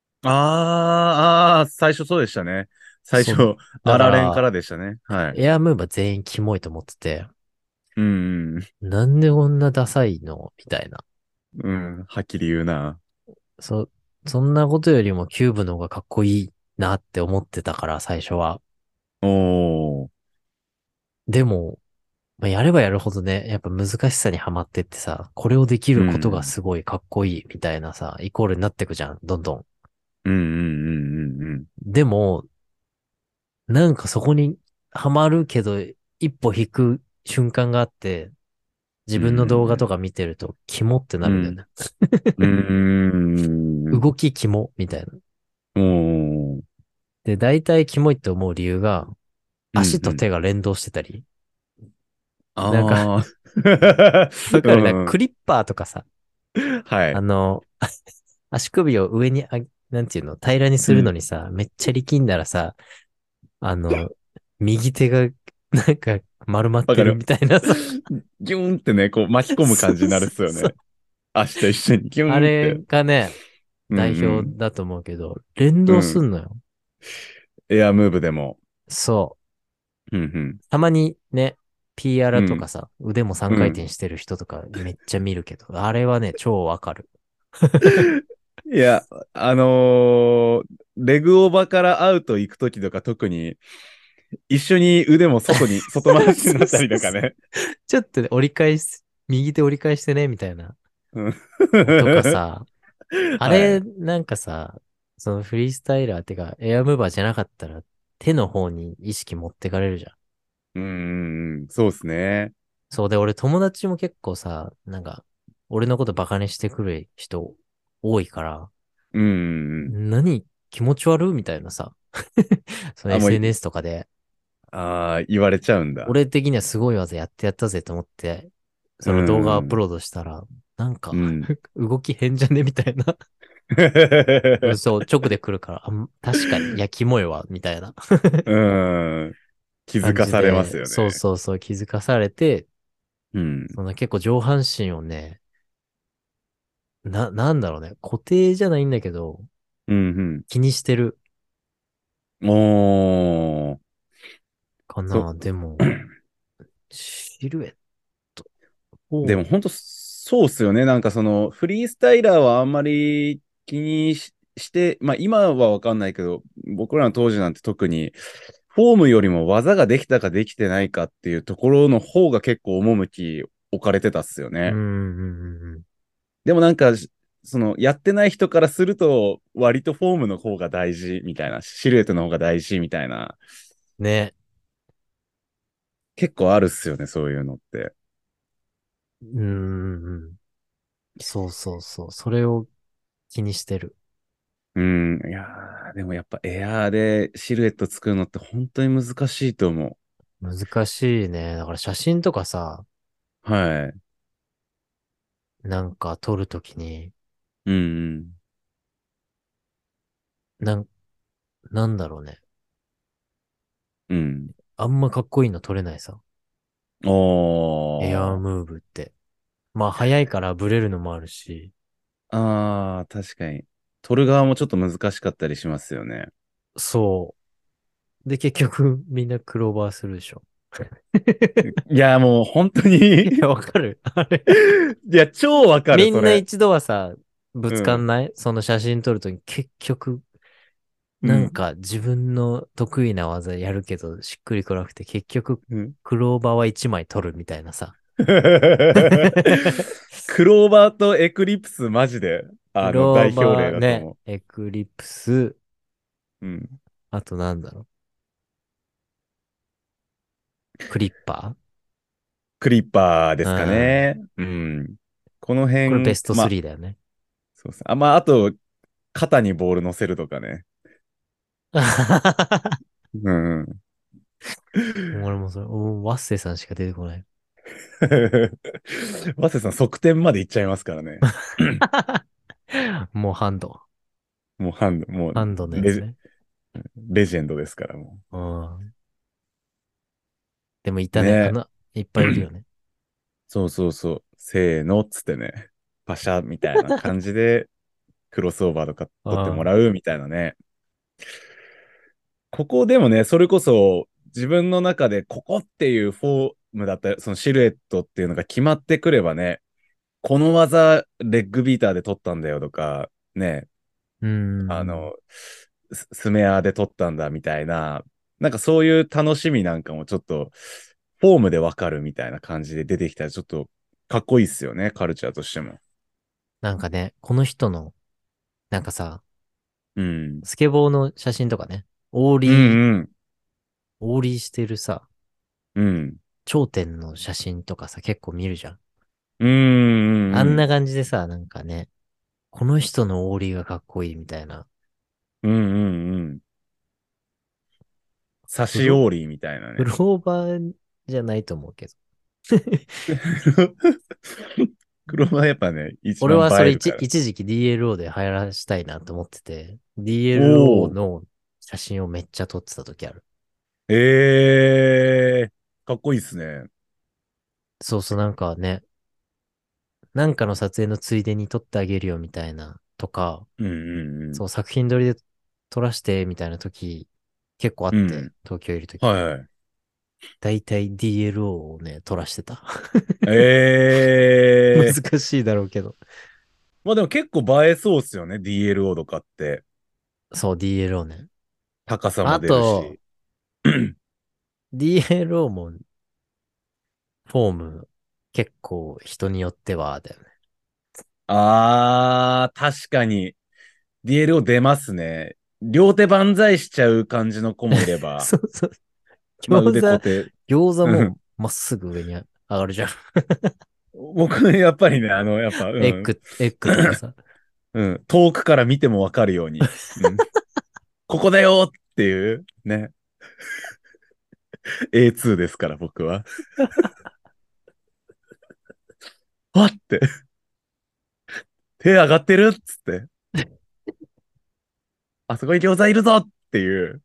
最初そうでしたね。最初、 そう。だあられんかから、 らでしたね。はい。 エアムーブは全員キモいと思ってて、 うんうん。 なんでこんなダサいのみたいな。 うん、はっきり言うな。 そ、そんなことよりもキューブの方がかっこいいなって思ってたから、最初は。 おー。 でも、まあ、やればやるほどね、やっぱ難しさにはまってってさ、これをできうることがん。 すごいかっこいいみたいなさ、イコールになってくじゃん、どんどん。 うんうんうんうんうん。 でも、なんかそこにはまるけど、一歩引く瞬間があって、自うん分の動画とうんか見てると、キモってなうん。 るんだよね。 うん。 動きキモみたいな。 おー。 で、大体キモいって思う理由が、足とうんうん。 手が連動してたり、なんか、 ああ。 わかるな、 うん。 クリッパーとかさ、 はい。 あの、足首を上になんていうの、平らにするのうん。 にさ、めっちゃ力んだらさ、あの、右手がなんか丸まってるわかる。 みたいなさ、 ギューンってね、こう巻き込むそう感じになるっそうそう。 すよね。足と一緒にギュあれーンって。 がね、 うん代うん。 表だと思うけど、連動すうん。 んのよ。 エアムーブでも。 そう。 うんたまにね、ピーアうん。 ラとかさ、腕も3 うん。うん。 回転してる人とかめっちゃ見るけど、あれはね、超わかる。 いや、レグオーバーからアウト行くときとか特に、一緒に腕も外回しにそうなったそうそう。 りとかね。 ちょっとね、折り返す、右手折り返してね、みたいなうん。 のとかさ、あれ、 はい。 なんかさ、そのフリースタイラーってか、エアムーバーじゃなかったら、手の方に意識持ってかれるじゃん。 うんうんうん。そうですね。 そうで、俺友達も結構さ、なんか、俺のことバカにしてくる人多いから、 うんうんうん。 何気持ち悪いみたいなさ、そのあ、もう、 SNS とかで、 言われちゃうんだ。 俺的にはすごい技やってやったぜと思って、 うその動画アップん。 ロードしたら、なんかうん。 動き変じゃねみたいな。そう、直で来るから、確かに、いや、キモいわ、みたいなうん。気づ感かされまじで、 すよね。 そうそうそう気づかされて、 うん。 その結構上半身をね、なんだろうね、固定じゃないんだけど、 うん気にしてるうん。おー。そ、 かな。でも、シルエットを、 でも本当そうっすよね。なんかそのフリースタイラーはあんまり気にして、まあ今はわかんないけど、僕らの当時なんて特にフォームよりも技ができたかできてないかっていうところの方が結構趣置かれてたっすよね。 うん。 でもなんか、そのやってない人からすると割とフォームの方が大事みたいな、シルエットの方が大事みたいな、 ね。 結構あるっすよね、そういうのって。 うん。そうそうそう。それを気にしてる。 うん、いやー、でもやっぱエアーでシルエット作るのって本当に難しいと思難しいね。だから写真とかさ、 う。はい。 なんか撮るときに、 うん、 なん、なんだろうね。 うん。 あんまかっこいいの撮れないさ。 うん。おー。 エアームーブって。まあ早いからブレるのもあるし。 あー、確かに。撮る側もちょっと難しかったりしますよね。 そう。で、結局みんなクローバーするでしょ。 いや、もう本当いにや、わかる。あれ。 いや、超わかる、 みそれ。 んな一度はさ、ぶつかんうん。 ないその写真撮るとき結局、なんうん。 か自分の得意な技やるけど、しっくりこなくて、結局、 うん。 クローバーは一枚取るみたいなさ。 クローバーとエクリプスマジで、 クロー代表例バーね、 だと思エクリプス、 う。うん。 あとなんだろう、クリッパクリッパーでー。 すかうん。 ね。うん。この辺、 これベストまあ、 3だよね。 そうですね。あ、まあ、あと、肩にボール乗せるとかね。うん。 俺もそれ、ワッセさんしか出てこない。 早稲さん、側転まで行っちゃいますからね。 もうハンド。 もう、もうハンドのやつね。 レジェンドですから、もうん。でもいう。 たね。 ね。 いっぱいいるよね。 そうそうそう。せーの、っつってね。パシャみたいな感じで、クロスオーバーとか取ってもらうん。 うみたいなね。ここでもね、それこそ自分の中でここっていうフォームだったり、そのシルエットっていうのが決まってくればね、この技、レッグビーターで取ったんだよとか、ね、 うん。 あの、スメアで取ったんだみたいな、なんかそういう楽しみなんかもちょっと、フォームでわかるみたいな感じで出てきたらちょっとかっこいいっすよね、カルチャーとしても。 なんかね、この人の、なんかさ、 うん。 スケボーの写真とかね、 うんうん。 オーリーしてるさ、 うん。 頂点の写真とかさ、結構見るじゃん。 うんうんうん。 あんな感じでさ、なんかね、 この人のオーリーがかっこいいみたいな。 うんうんうん。サフロ、 シオーリーみたいなフロね。 ーバーじゃないと思うけど。 黒はやっぱね、一番俺はそれ映えるから。 一時期 DLO で流行らしたいなと思ってて、 お DLO お。 の写真をめっちゃ撮ってた時ある。 ええー、かっこいいっすね。 そうそう、なんかね、なんかの撮影のついでに撮ってあげるよみたいなとか、 うんうんそう、作品撮りで撮らしてみたいな時結構あっうん。うて、 ん。 東京いる時。 はいはい。 だいたい DLO をね、撮らしてた。 ええー。 難しいだろうけど。 まあでも結構映えそうっすよね。DLO とかって。 そう、DLO ね。あ高さも出ると、 し。 DLO もフォーム結構人によってはだよね。 あー、確かに。DLO 出ますね。両手万歳しちゃう感じの子もいれば、 そうそう。 まあ腕固餃子、 定。 餃子もうん。 まっすぐ上に上がるじゃん。 僕、やっぱりね、やっぱ、 エッグとかさ。 うん。遠くから見てもわかるように。うん。ここだよっていう、ね。A2 ですから、僕は。わって、手上がってるっつって、あそこに餃子いるぞっていう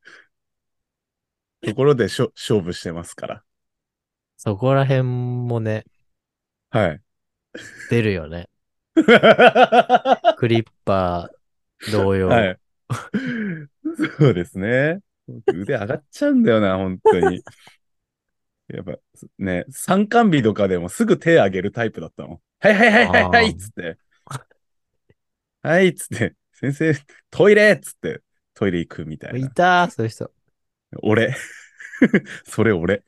ところで勝負してますから。 そこら辺もね、 はい。 出るよね。クリッパー同様。 はい。そうですね。腕上がっちゃうんだよな、本当に。やっぱね、参観日とかでもすぐ手上げるタイプだったの。はいはいはいはいはいあっつって。はいっつって。先生、トイレっつって。トイレ行くみたあ、 いな。 いたー、そういう人。 俺。それ俺。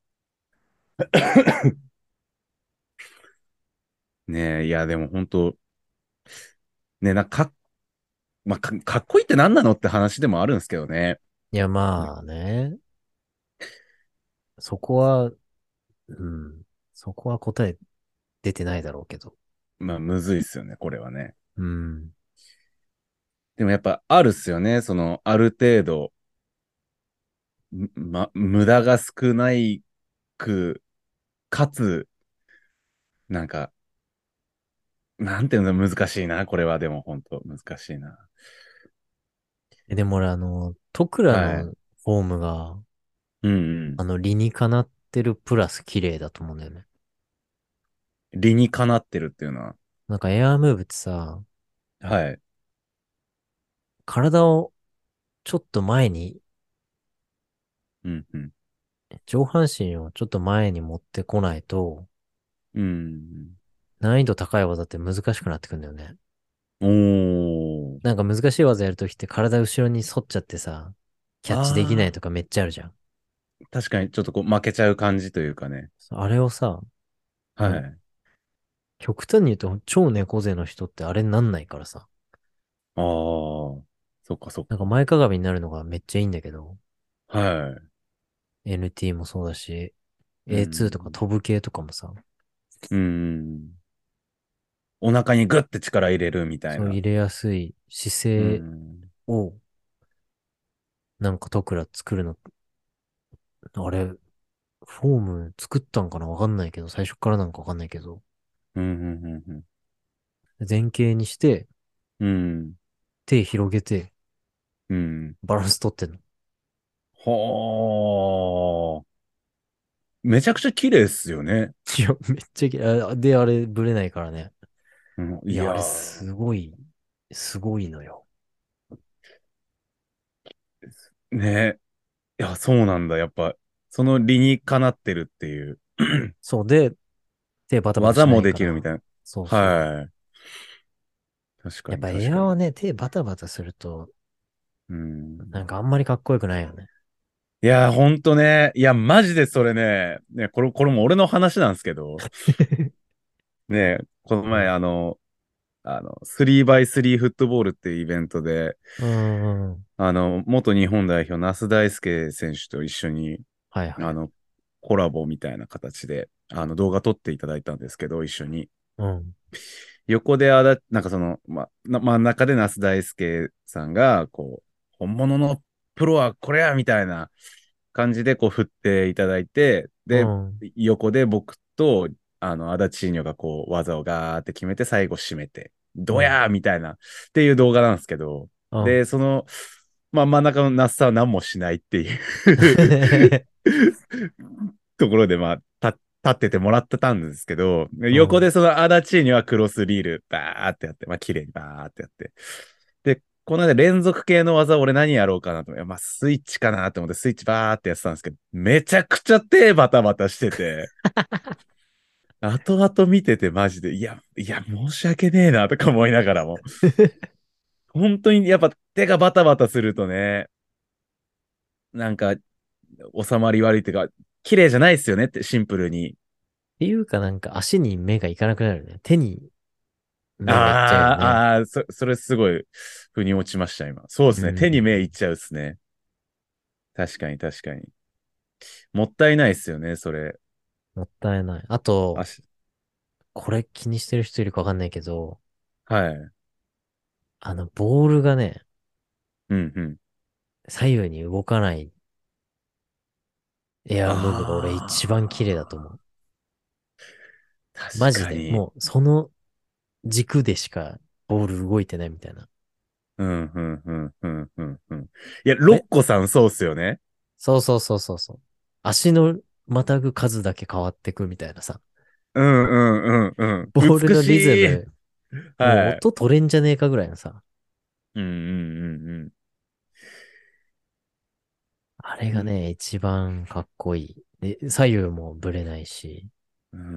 ねえ、いやでも本当ね、まあ、かっこいいって何なのって話でもあるんですけどね。 いや、まあね。そこは、うん。そこは答え出てないだろうけど。 まあ、むずいっすよね、これはね。 うん。 でもやっぱあるっすよね。ある程度、無駄が少ないく、かつ、なんか、なんていうの難しいな。これはでも本当難しいな。 でも俺トクラはい。 のフォームが、 うんうん。 理にかなってるプラス綺麗だと思うんだよね。 理にかなってるっていうのは。 なんかエアームーブってさ、 はい。 体をちょっと前に、 うんうん。 上半身をちょっと前に持ってこないと、 うん。 難易度高い技って難しくなってくんだよね。 おー。 なんか難しい技やるときって体後ろに反っちゃってさ、キャッチできないあとかめっちゃあるじゃん。 あ、確かにちょっとこう負けちゃう感じというかね。 あれをさ、もうはい。 極端に言うと超猫背の人ってあれになんないからさ。 ああ、そっかそっか。 なんか前かがみになるのがめっちゃいいんだけど、 はい。 NT もそうだし、 う A2 とかん。 飛ぶ系とかもさ、 うん。お腹にグッて力入れるみたいな。 そう入れやすい姿う勢ん。 をなんかトクラ作るの、あれ、フォーム作ったんかなわかんないけど、最初からなんかわかんないけど、 うん。うん。 前傾にしてうん。 手広げてうん。 バランス取ってんの。 はあ。めちゃくちゃ綺麗っすよね。 いや、めっちゃで、あれ、ブレないからね。 うん、 いや、 いやあれ、 ー、 すごいのよ。 ね。いや、そうなんだ。やっぱ、その理にかなってるっていう。 そうで、手バタバタしな技もいから。 できるみたいな。 そうそう。 はい。確かに、 やっぱエ確かに。 アはね、手バタバタすると、 うん。 なんかあんまりかっこよくないよね。 いやー、ほんとね。いや、マジでそれね。ね、これも俺の話なんですけど。ね、この前、 うん。 3x3 フットボールっていうイベントで、 うん。うん。 元日本代表、那須大輔選手と一緒に、 はいはい。 あの、コラボみたいな形で、動画撮っていただいたんですけど、一緒に。いうん。 横でなんかその、真ん中で那須大輔さんが、こう、本物のプロはこれやみたいな感じでこう振っていただいて、で、 うん。 横で僕と、アダチーニョがこう、技をガーって決めて、最後締めて、 うん。 ドヤーみたいな、っていう動画なんですけど、 うん。 で、真ん中の那須さんは何もしないっていうところで、立っててもらってたんですけど、 うん。 横でそのアダチーニョはクロスリール、バーってやって、綺麗にバーってやって。で、この間連続系の技俺何やろうかなと思って、スイッチかなと思ってスイッチバーってやってたんですけど、めちゃくちゃ手バタバタしてて、後々見ててマジで、いや、申し訳ねえなとか思いながらも、本当にやっぱ手がバタバタするとね、なんか収まり悪いっていうか、綺麗じゃないですよねってシンプルに。 っていうかなんか足に目がいかなくなるね。手に目がいっちゃうよね。 それすごい腑に落ちました、今。そうでうすね。手に目いっん。 ちゃうっすね。確かに確かに。もったいないっすよね、それ。 もったいない。あと、 足。 これ気にしてる人いるかわかんないけど、 はい。 ボールがね、 うんうん。 左右に動かないエアムーブが俺一番綺麗だと思あう。 あ、 マジで。 確かに。 もう、その軸でしかボール動いてないみたいな。 うん、うん、うん、うん、うん。うん。いや、 あれロッコさんそうっすよね。 そうそうそうそうそう。足のまたぐ数だけ変わってくみたいなさ。 うん、うん、うん、うん。美ボールのリズしい。 ム、もうはい。 音取れんじゃねえかぐらいのさ。 うん、うん、うん、 あれうん。 がね、一番かっこいい。で、左右もブレないし、 うん、うん。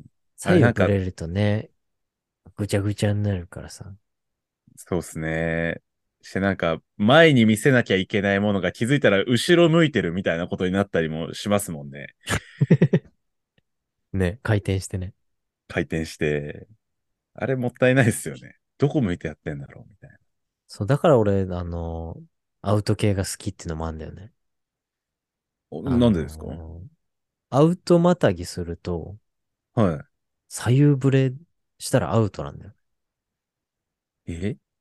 左右なんか、 ブレるとね、ぐちゃぐちゃになるからさ。 そうっすね。なんか、前に見せなきゃいけないものが気づいたら後ろ向いてるみたいなことになったりもしますもんね。 ね、回転してね。 回転して。あれもったいないですよね。どこ向いてやってんだろうみたいな。 そう、だから俺、アウト系が好きっていうのもあるんだよね。あなんでですか？ のアウトまたぎすると、 は左右ブレしたらアウトなんだよ。 い。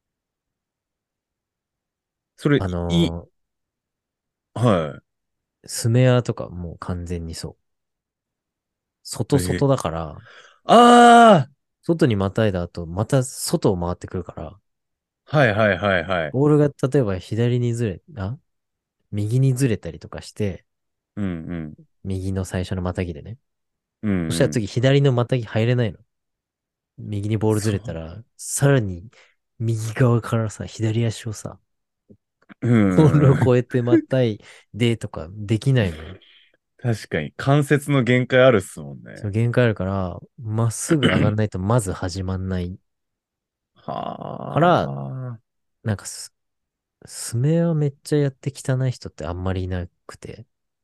それ、 あのはスメアとかもう完全にそう。 い。 外外だから、 ああ外にまたいだ後、また外を回ってくるから、 はいはいはいはい。 ボールが例えば左にずれ、右にずれたりとかして、 うんうん。 右の最初のまたぎでね。 うんうん。 そしたら次左のまたぎ入れないの。右にボールずそう。 れたら、さらに右側からさ、左足をさ、 うボールをん。 越えてまたいでとかできないのよ。 確かに関節の限界あるっすもんね。 その限界あるから、まっすぐ上がんないとまず始まんないから、 はあ。 なんかスメアめっちゃやって汚い人ってあんまりいなくて、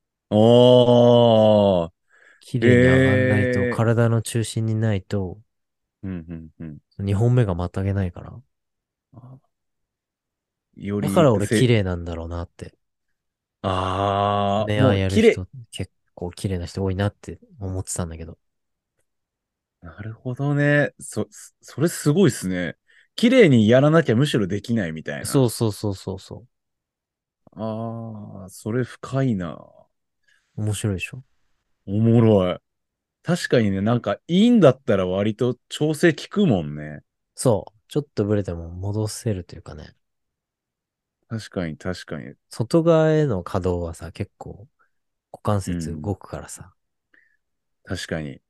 おー。 綺麗に上がんないと、 へえ。 体の中心にないと、 うんうんうん。 2本目がまたげないから。 あよだからり、 俺綺麗なんだろうなって。スメアもう綺麗。 やる人結構綺麗な人多いなって思ってたんだけど。 なるほどね。それすごいっすね。綺麗にやらなきゃむしろできないみたいな。 そうそうそうそうそああ、それ深いな。 う。面白いでしょ？ おもろい。確かにね、なんかいいんだったら割と調整効くもんね。 そう。ちょっとブレても戻せるというかね。 確かに確かに。 外側への可動はさ、結構股関うん。 節動くからさ、 確かに。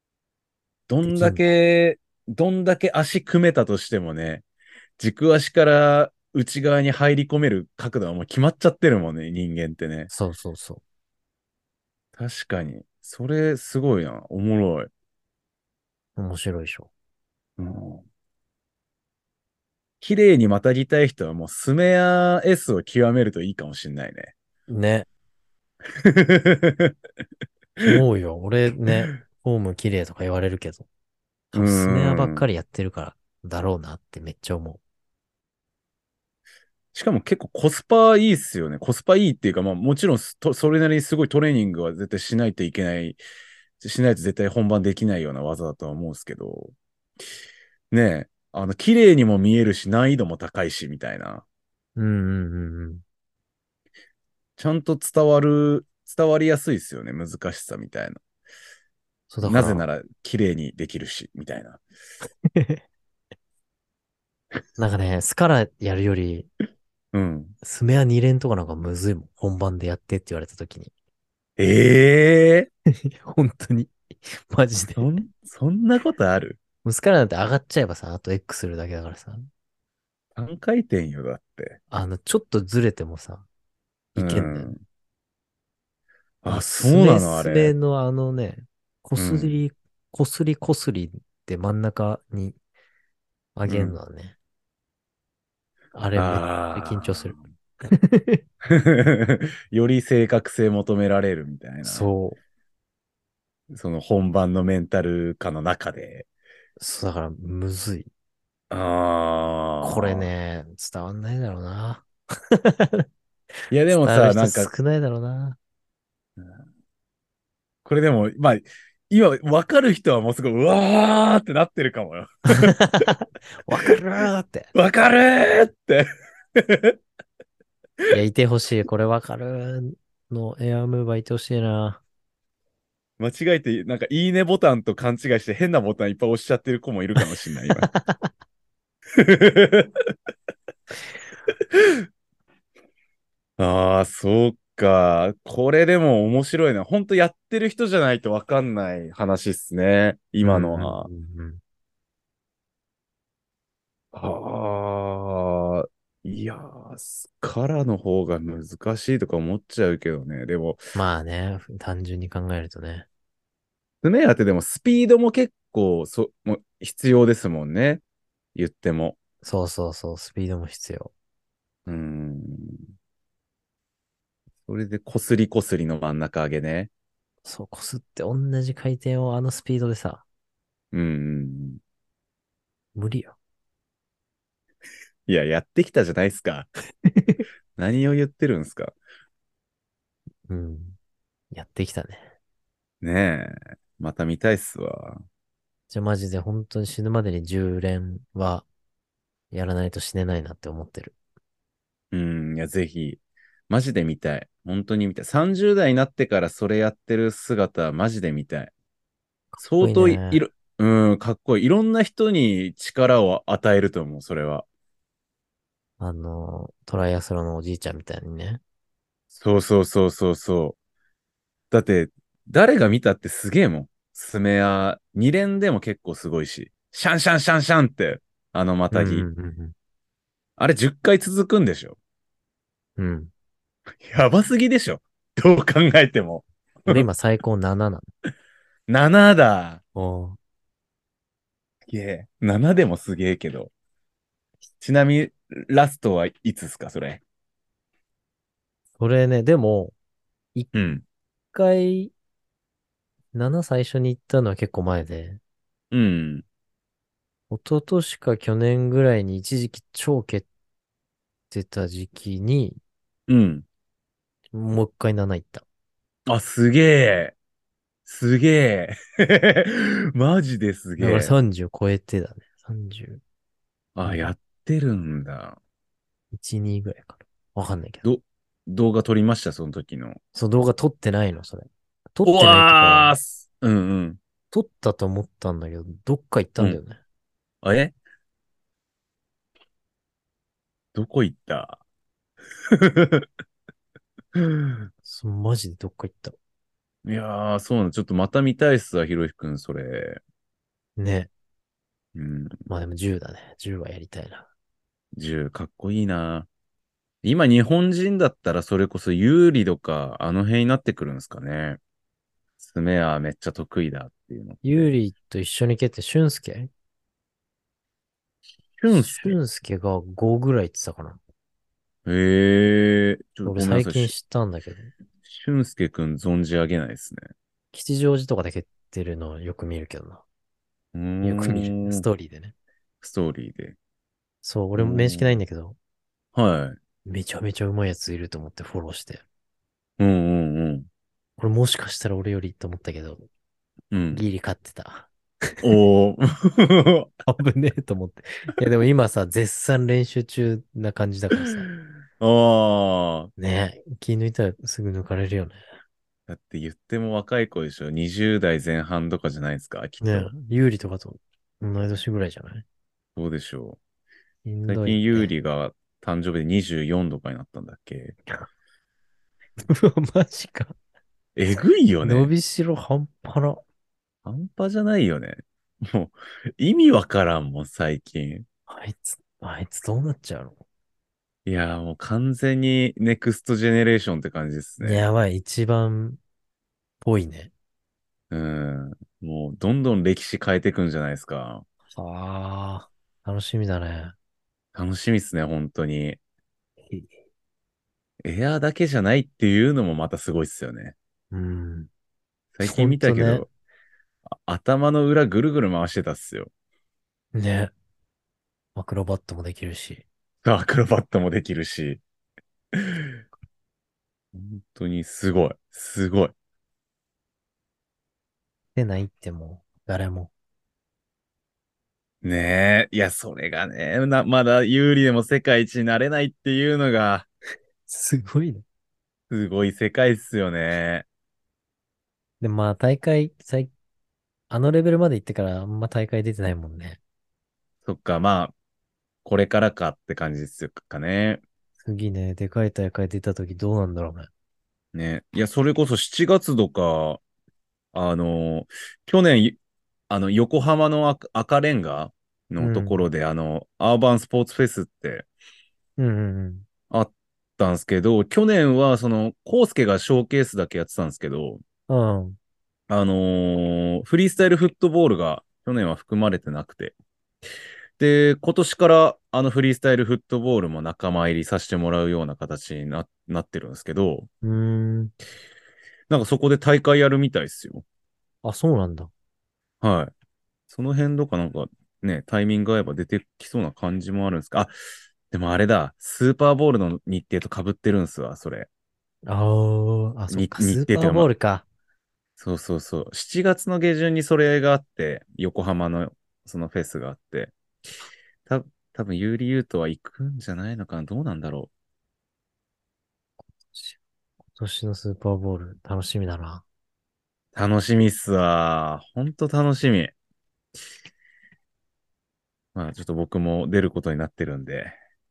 どんだけ足組めたとしてもね、軸足から内側に入り込める角度はもう決まっちゃってるもんね、人間ってね。 そうそうそ確かに。それすごいな。おもろい。 う。面白いでしょ？ うん。綺麗にまたぎたい人はもうスメア S を極めるといいかもしんないね。 ね。思うよ。俺ね、フォーム綺麗とか言われるけど、 うー多分スメアばっかん。 りやってるからだろうなってめっちゃ思しかも結構コスパいいっすよね。コスパいいっていうか、もちろんそれなりにすごいトレーニングは絶対しないといけない、しないと絶対本番できないような技だとは思うんですけど、 ねえ、綺麗にも見えるし、難易度も高いし、みたいな。 うんうんうんうん。 ちゃんと伝わりやすいですよね、難しさみたいな。 そうだから、 なぜなら、綺麗にできるし、みたいな。 なんかね、スカラやるより、 うん。 スメア2連とかなんかむずいもん。本番でやってって言われた時に。 ええ本当に。マジで。 そんなことある？ もうスカラなんて上がっちゃえばさ、あと X するだけだからさ。 3回転よ、だって。 ちょっとずれてもさ、 ういけんだよ。 ん。あ、 スメそうなの、あスメれ。 のね、こうん。 すり、こすりこすりって真ん中に上げるのうん。 はね、あれめっちゃ緊張する。 ああ。より正確性求められるみたいな。 そう。 その本番のメンタル化の中で。 そう、だからむずい。これああ。 ね、伝わんないだろうな。 いや、でもさ、 伝わる人なんか、 少ないだろうな。 これでも、まあ、今、わかる人はもうすごい、うわーってなってるかもよ。 わかるーって。 わかるーって。 いや、いてほしい。これわかるーのエアムーバーいてほしいな。 間違えて、なんか、いいねボタンと勘違いして変なボタンいっぱい押しちゃってる子もいるかもしんない、今。ああ、そうか。これでも面白いな。ほんとやってる人じゃないとわかんない話っすね。今のうんうんは。 うんうん。 ああ、いやー、スカラの方が難しいとか思っちゃうけどね。でも、 まあね、単純に考えるとね。 爪当てでもスピードも結構もう必要ですもんね。言っても。 そうそうそう、スピードも必要。 うーん。それでこすりこすりの真ん中上げね。 そう、こすって同じ回転をあのスピードでさ、 うん。 無理よ。 いや、やってきたじゃないですか。何を言ってるんですか。 うん。やってきたね。 ねえ。また見たいっすわ。 じゃあマジで本当に死ぬまでに10連はやらないと死ねないなって思ってる。 うん、いや、ぜひ。マジで見たい。本当に見たい。30代になってからそれやってる姿、マジで見たい。 かっこいい相当ね。 うん、かっこいい。いろんな人に力を与えると思う、それは。 トライアスロンのおじいちゃんみたいにね。 そうそうそうそうそう。だって、誰が見たってすげえもん。スメア、2連でも結構すごいし。シャンシャンシャンシャンって、あのまうんうたぎ。 んうんあれ10回続くんでしょ？ うん。うん。 やばすぎでしょ？どう考えても。 俺今最高7なの。 7だ。 おー。 すげえ。7でもすげえけど。ちなみに、ラストはいつっすか、それ。 それね、でも、一うん。 回7最初に行ったのは結構前で、 うん。 一昨年か去年ぐらいに一時期超蹴ってた時期に、 うん。 もう一回7行った。 あ、すげえ。すげえ。マジですげだからえ。 30超えてだね。 あ、や 32、 ってるんだ。 2ぐらいかな。わかんないけど。 ど、動画撮りました、その時の。 そう、動画撮ってないの、それ。撮っうてないってか、 わーす。うんうん。 撮ったと思ったんだけど、どっか行ったうん。 んだよね。 あえどこ行った？ マジでどっか行った。 いやー、そうなの。ちょっとまた見たいっすわ、ひろひくん、それ。 ね。 うん。 まあでも10だね。10はやりたいな。 10、かっこいいな。今、日本人だったらそれこそ有利とか、あの辺になってくるんですかね。スメアめっちゃ得意だっていうのって。 ユーリと一緒に蹴って、 俊介。 俊介が5ぐらい言ってたかな。 へえ、 俺ごめんなさい。 最近知ったんだけど、 俊介くん存じ上げないですね。 吉祥寺とかで蹴ってるのよく見るけどな。 うーよく見る。スん、 トーリーでね。 ストーリーで。 そう、 うー俺も面識ないんん、 だけど、 はい。 めちゃめちゃうまいやついると思ってフォローして。 うんうんうん。 これもしかしたら俺よりと思ったけど、 うん。 ギリ勝ってた。 おー。 危ねえと思って。いや、でも今さ、絶賛練習中な感じだからさ。 ああ。 ねえ、気抜いたらすぐ抜かれるよね。 だって言っても若い子でしょ？ 20 代前半とかじゃないですか、きっねえ、 と。 有利とかと同い年ぐらいじゃない？ どうでしょしんう。最近ユーどいね。 リが誕生日で24とかになったんだっけ？ うわマジか。 えぐいよね。 伸びしろ半端な。 半端じゃないよね。もう、意味わからんもん、最近。 あいつどうなっちゃうの？ いやー、もう完全にネクストジェネレーションって感じですね。 やばい、一番っぽいね。 うん。もう、どんどん歴史変えていくんじゃないですか。 ああ、楽しみだね。 楽しみっすね、本当に。エアーだけじゃないっていうのもまたすごいっすよね。 うん。 最近見たほんとね。 けど、頭の裏ぐるぐる回してたっすよ。 ね。アクロバットもできるし。 アクロバットもできるし。本当にすごい。すごい。 でないってもう、誰も。 ねえ。いや、それがね、まだ有利でも世界一になれないっていうのが、 すごいね。 すごい世界っすよね。 で、まあ大会、あのレベルまで行ってからあんま大会出てないもんね。 そっか、まあ、これからかって感じですかね。 次ね、でかい大会出た時どうなんだろうね。 ね。いや、それこそ7月とか、あの、去年、横浜の赤レンガのとこうん。 ろで、アーバンスポーツフェスってうんうんあったんですけど、去年は、コウスケがショーケースだけやってたんですけど、 うん。うん。 フリースタイルフットボールが去年は含まれてなくて、で、今年からフリースタイルフットボールも仲間入りさせてもらうような形になってるんですけど、 うーん。 なんかそこで大会やるみたいですよ。 あ、そうなんだ。 はい。その辺とかなんかね、タイミング合えば出てきそうな感じもあるんですか？あ、でもあれだ、スーパーボールの日程と被ってるんすわ、それ。 そっか、 日スーパー程っていうかまあ、 ボールか。 そうそうそう。7月の下旬にそれがあって、横浜のそのフェスがあって、た、多分有利ユートは行くんじゃないのかな？どうなんだろ今年のスーパーボール、楽しみだな。 う。楽しみっすわ。ほんと楽しみ。まあちょっと僕も出ることになってるんで。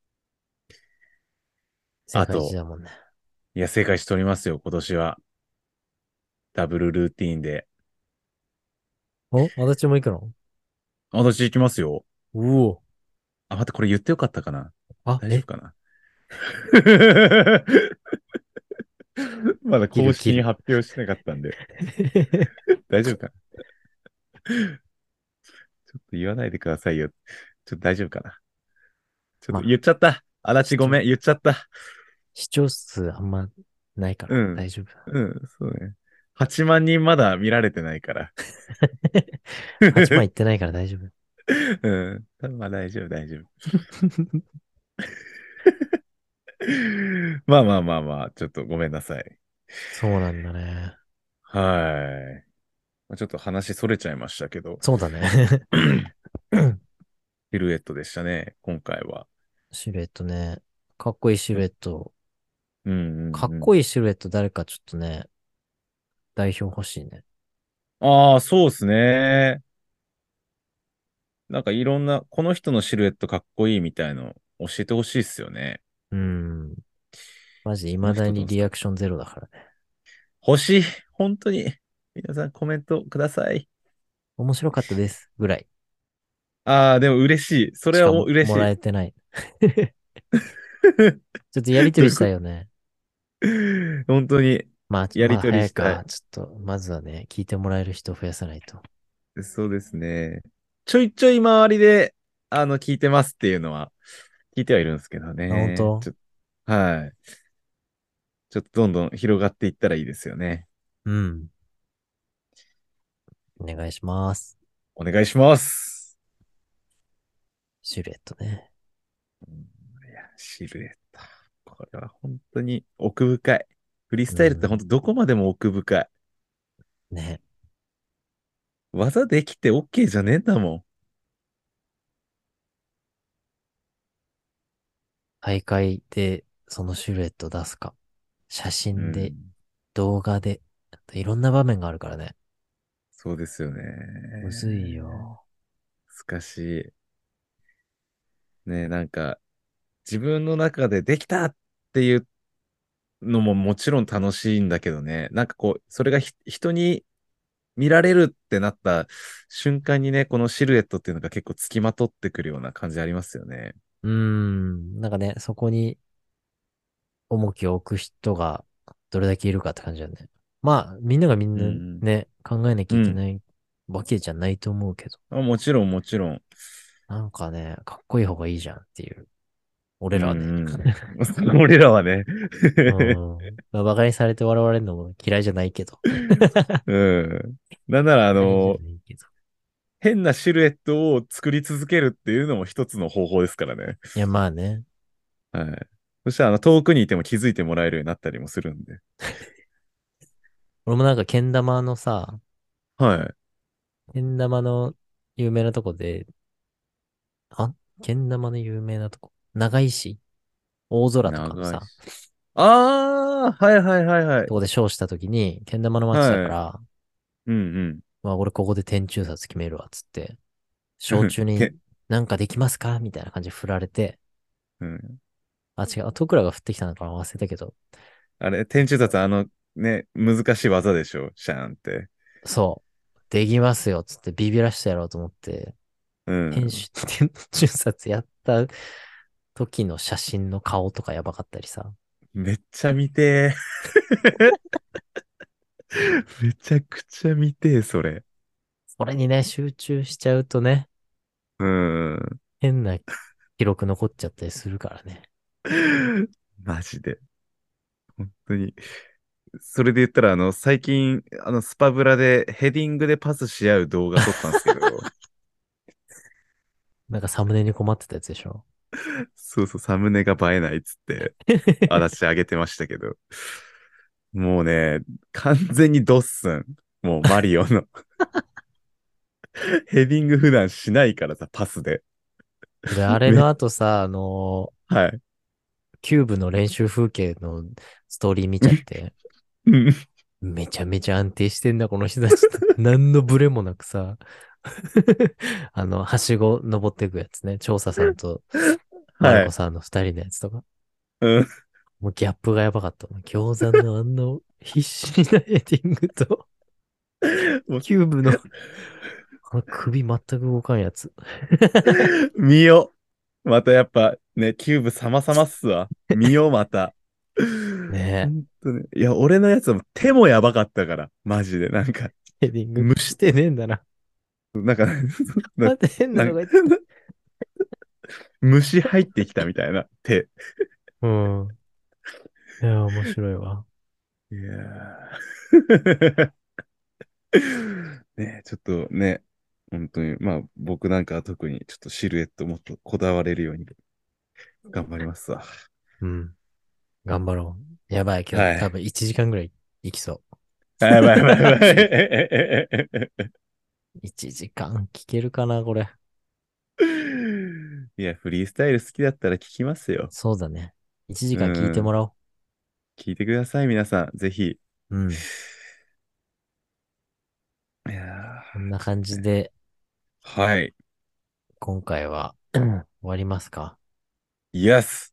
世界一あと、 だもんね。 いや、正解しておりますよ、今年は。ダブルルーティーンで。 私も行くの？ 私行きますよ。 うお。 あ、待って、これ言ってよかったかな？ あ、え大丈夫かな？まだ公式に切る。 発表しなかったんで、大丈夫かな？ちょっと言わないでくださいよ。ちょっと大丈夫かな？ちょっとまあ、 言っちゃった。足視聴、 立ごめん、言っちゃった。 視聴数あんまないからうん。 大丈夫だ。 うん、そうね。8万人まだ見られてないから。 8万いってないから大丈夫。 うん。まあ大丈夫、大丈夫。まあまあまあまあ、ちょっとごめんなさい。 そうなんだね。 はい。まあちょっと話それちゃいましたけど、 そうだね。 シルエットでしたね、今回は。 シルエットね。かっこいいシルエット。 うんうんうん。 かっこいいシルエット誰かちょっとね、代表欲しいね。 ああ、そうですね。なんかいろんな、この人のシルエットかっこいいみたいの教えてほしいっすよね。 うん。マジこの未だに人どうですか？ リアクションゼロだからね。 欲しい。本当に。皆さんコメントください。 面白かったです。ぐらい。 ああ、でも嬉しい。それはしかもも嬉しい。 らえてない。ちょっとやりとりしどういうこたいよね。 本当にまだやりとりしたい。 早いか。ちょっと、まずはね、聞いてもらえる人を増やさないと。 そうですね。ちょいちょい周りで、聞いてますっていうのは聞いてはいるんですけどあ、本ね。 当？ はい。ちょっとどんどん広がっていったらいいですよね。 うん。お願いします。 お願いします。 シルエットね。 うん、いや、シルエット。これは本当に奥深い。フリースタイルって本うん。 当どこまでも奥深い。 ね。 技できて OK じゃねえんだも大会でそのシルエット出すか。写ん。う真で、 ん。 動画で。いろんな場面があるからね。 そうですよむずいね。 よ。 難しい。ね、なんか、自分の中でできたっていうのももちろん楽しいんだけどね。なんかこう、それが人に見られるってなった瞬間にね、このシルエットっていうのが結構つきまとってくるような感じありますよね。 なんかね、そこに重きを置く人がどれだけいるかって感じだね。まあ、みんながみんなうんね、考えなきうん。うん。 ゃいけないわけじゃないと思うけど、 あ、もちろんもちろん。 なんかね、かっこいい方がいいじゃんっていう。俺うらはね。 んうん。俺らはね。 うん。まあ、馬鹿にされて笑われるのも嫌いじゃないけど。 うん。なんなら、 嫌いじゃないけど。 変なシルエットを作り続けるっていうのも一つの方法ですからね。 いや、まあね。 はい。そしたら、遠くにいても気づいてもらえるようになったりもするんで。 俺もなんか、けん玉のさ、 はい。 けん玉の有名なとこで、あけん玉の有名なとこ。長井市大空とかのさ、 長いし。ああ、はいはいはいはい。 とこでショーしたときに、けん玉の街だかはい。 ら、 うんまあ俺ここで天中札決めるわ、つって、 うん。 小中にて、 なんかできますかみたいな感じで振られて、 うん。 あ、違う、トクラが振ってきたのかな忘れたけど、 あれ、天中殺ね、難しい技でしょ、シャーンって。 そう、できますよ、つってビビらしてやろうと思って、 うん。 天中札やった時の写真の顔とかやばかったりさ、 めっちゃ見てー。めちゃくちゃ見てー、それ。 それにね、集中しちゃうとね、 うん。 変な記録残っちゃったりするからね。 マジで。本当に。それで言ったら、最近、スパブラでヘディングでパスし合う動画撮ったんですけど、 なんかサムネに困ってたやつでしょ。 そうそう、サムネが映えないっつって、私上げてましたけど、もうね、完全にドッスン。もうマリオのヘディング普段しないからさ、パスで。 俺、あれめ、 の後さ、 はい。 キューブの練習風景のストーリー見ちゃって、 うん。 めちゃめちゃ安定してんな、この人たちって。何のブレもなくさ、はしご登っていくやつね。調査さんとマルはい。 コさんの二人のやつとか。 うん。 もうギャップがやばかった。餃子の必死なヘディングと、 もう、 キューブのあの首全く動かんやつ。 見よ。またやっぱね、キューブ様々っすわ。見よ、また。ほねんとね。いや、俺のやつも手もやばかったから。マジで。 え。ヘディング虫、 してねえんだな。 なんか、な、 待って、変ななんかのがいて。 虫入ってきたみたいな手。 うん。いや、面白いわ。 いやーね、ちょっとね、本当に、まあ僕なんかは特にちょっとシルエットもっとこだわれるように頑張りますわ。 うん。頑張ろう。やばい、今日はい。 多分1時間ぐらい行きそう。 やばいやばいやばい。 1時間聞けるかな、これ。 いや、フリースタイル好きだったら聞きますよ。 そうだね。1 う時間聞いてもん。 らおう。 聞いてください、皆さん。ぜひ。 うん。 いやこんな感じで、 はい。 今回は終わりますか。 イエス。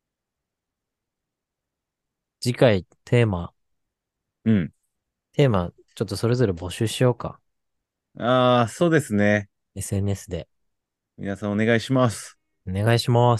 次回、 うん。 テーマ、ちょっとそれぞれ募集しようか。 ああ、そうですね。 SNS で。 皆さんお願いします。 お願いします。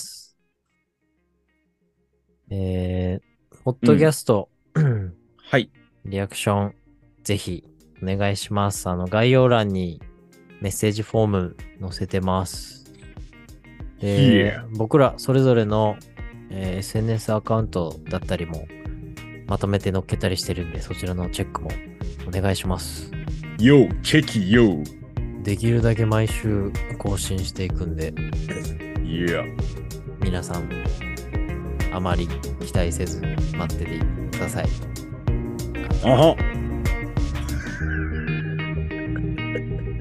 ポッドキャうん。 スト、 はい。 リアクション、ぜひ、お願いします。概要欄にメッセージフォーム載せてます。で、 Here。 僕らそれぞれの、SNS アカウントだったりもまとめて載っけたりしてるんで、そちらのチェックもお願いします。 よ、チェキよ。 できるだけ毎週更新していくんで、 いや。 皆さんあまり期待せず待っててください。 あは。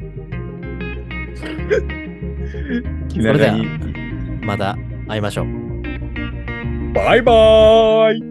気長に。 また会いましょう。 バイバーイ。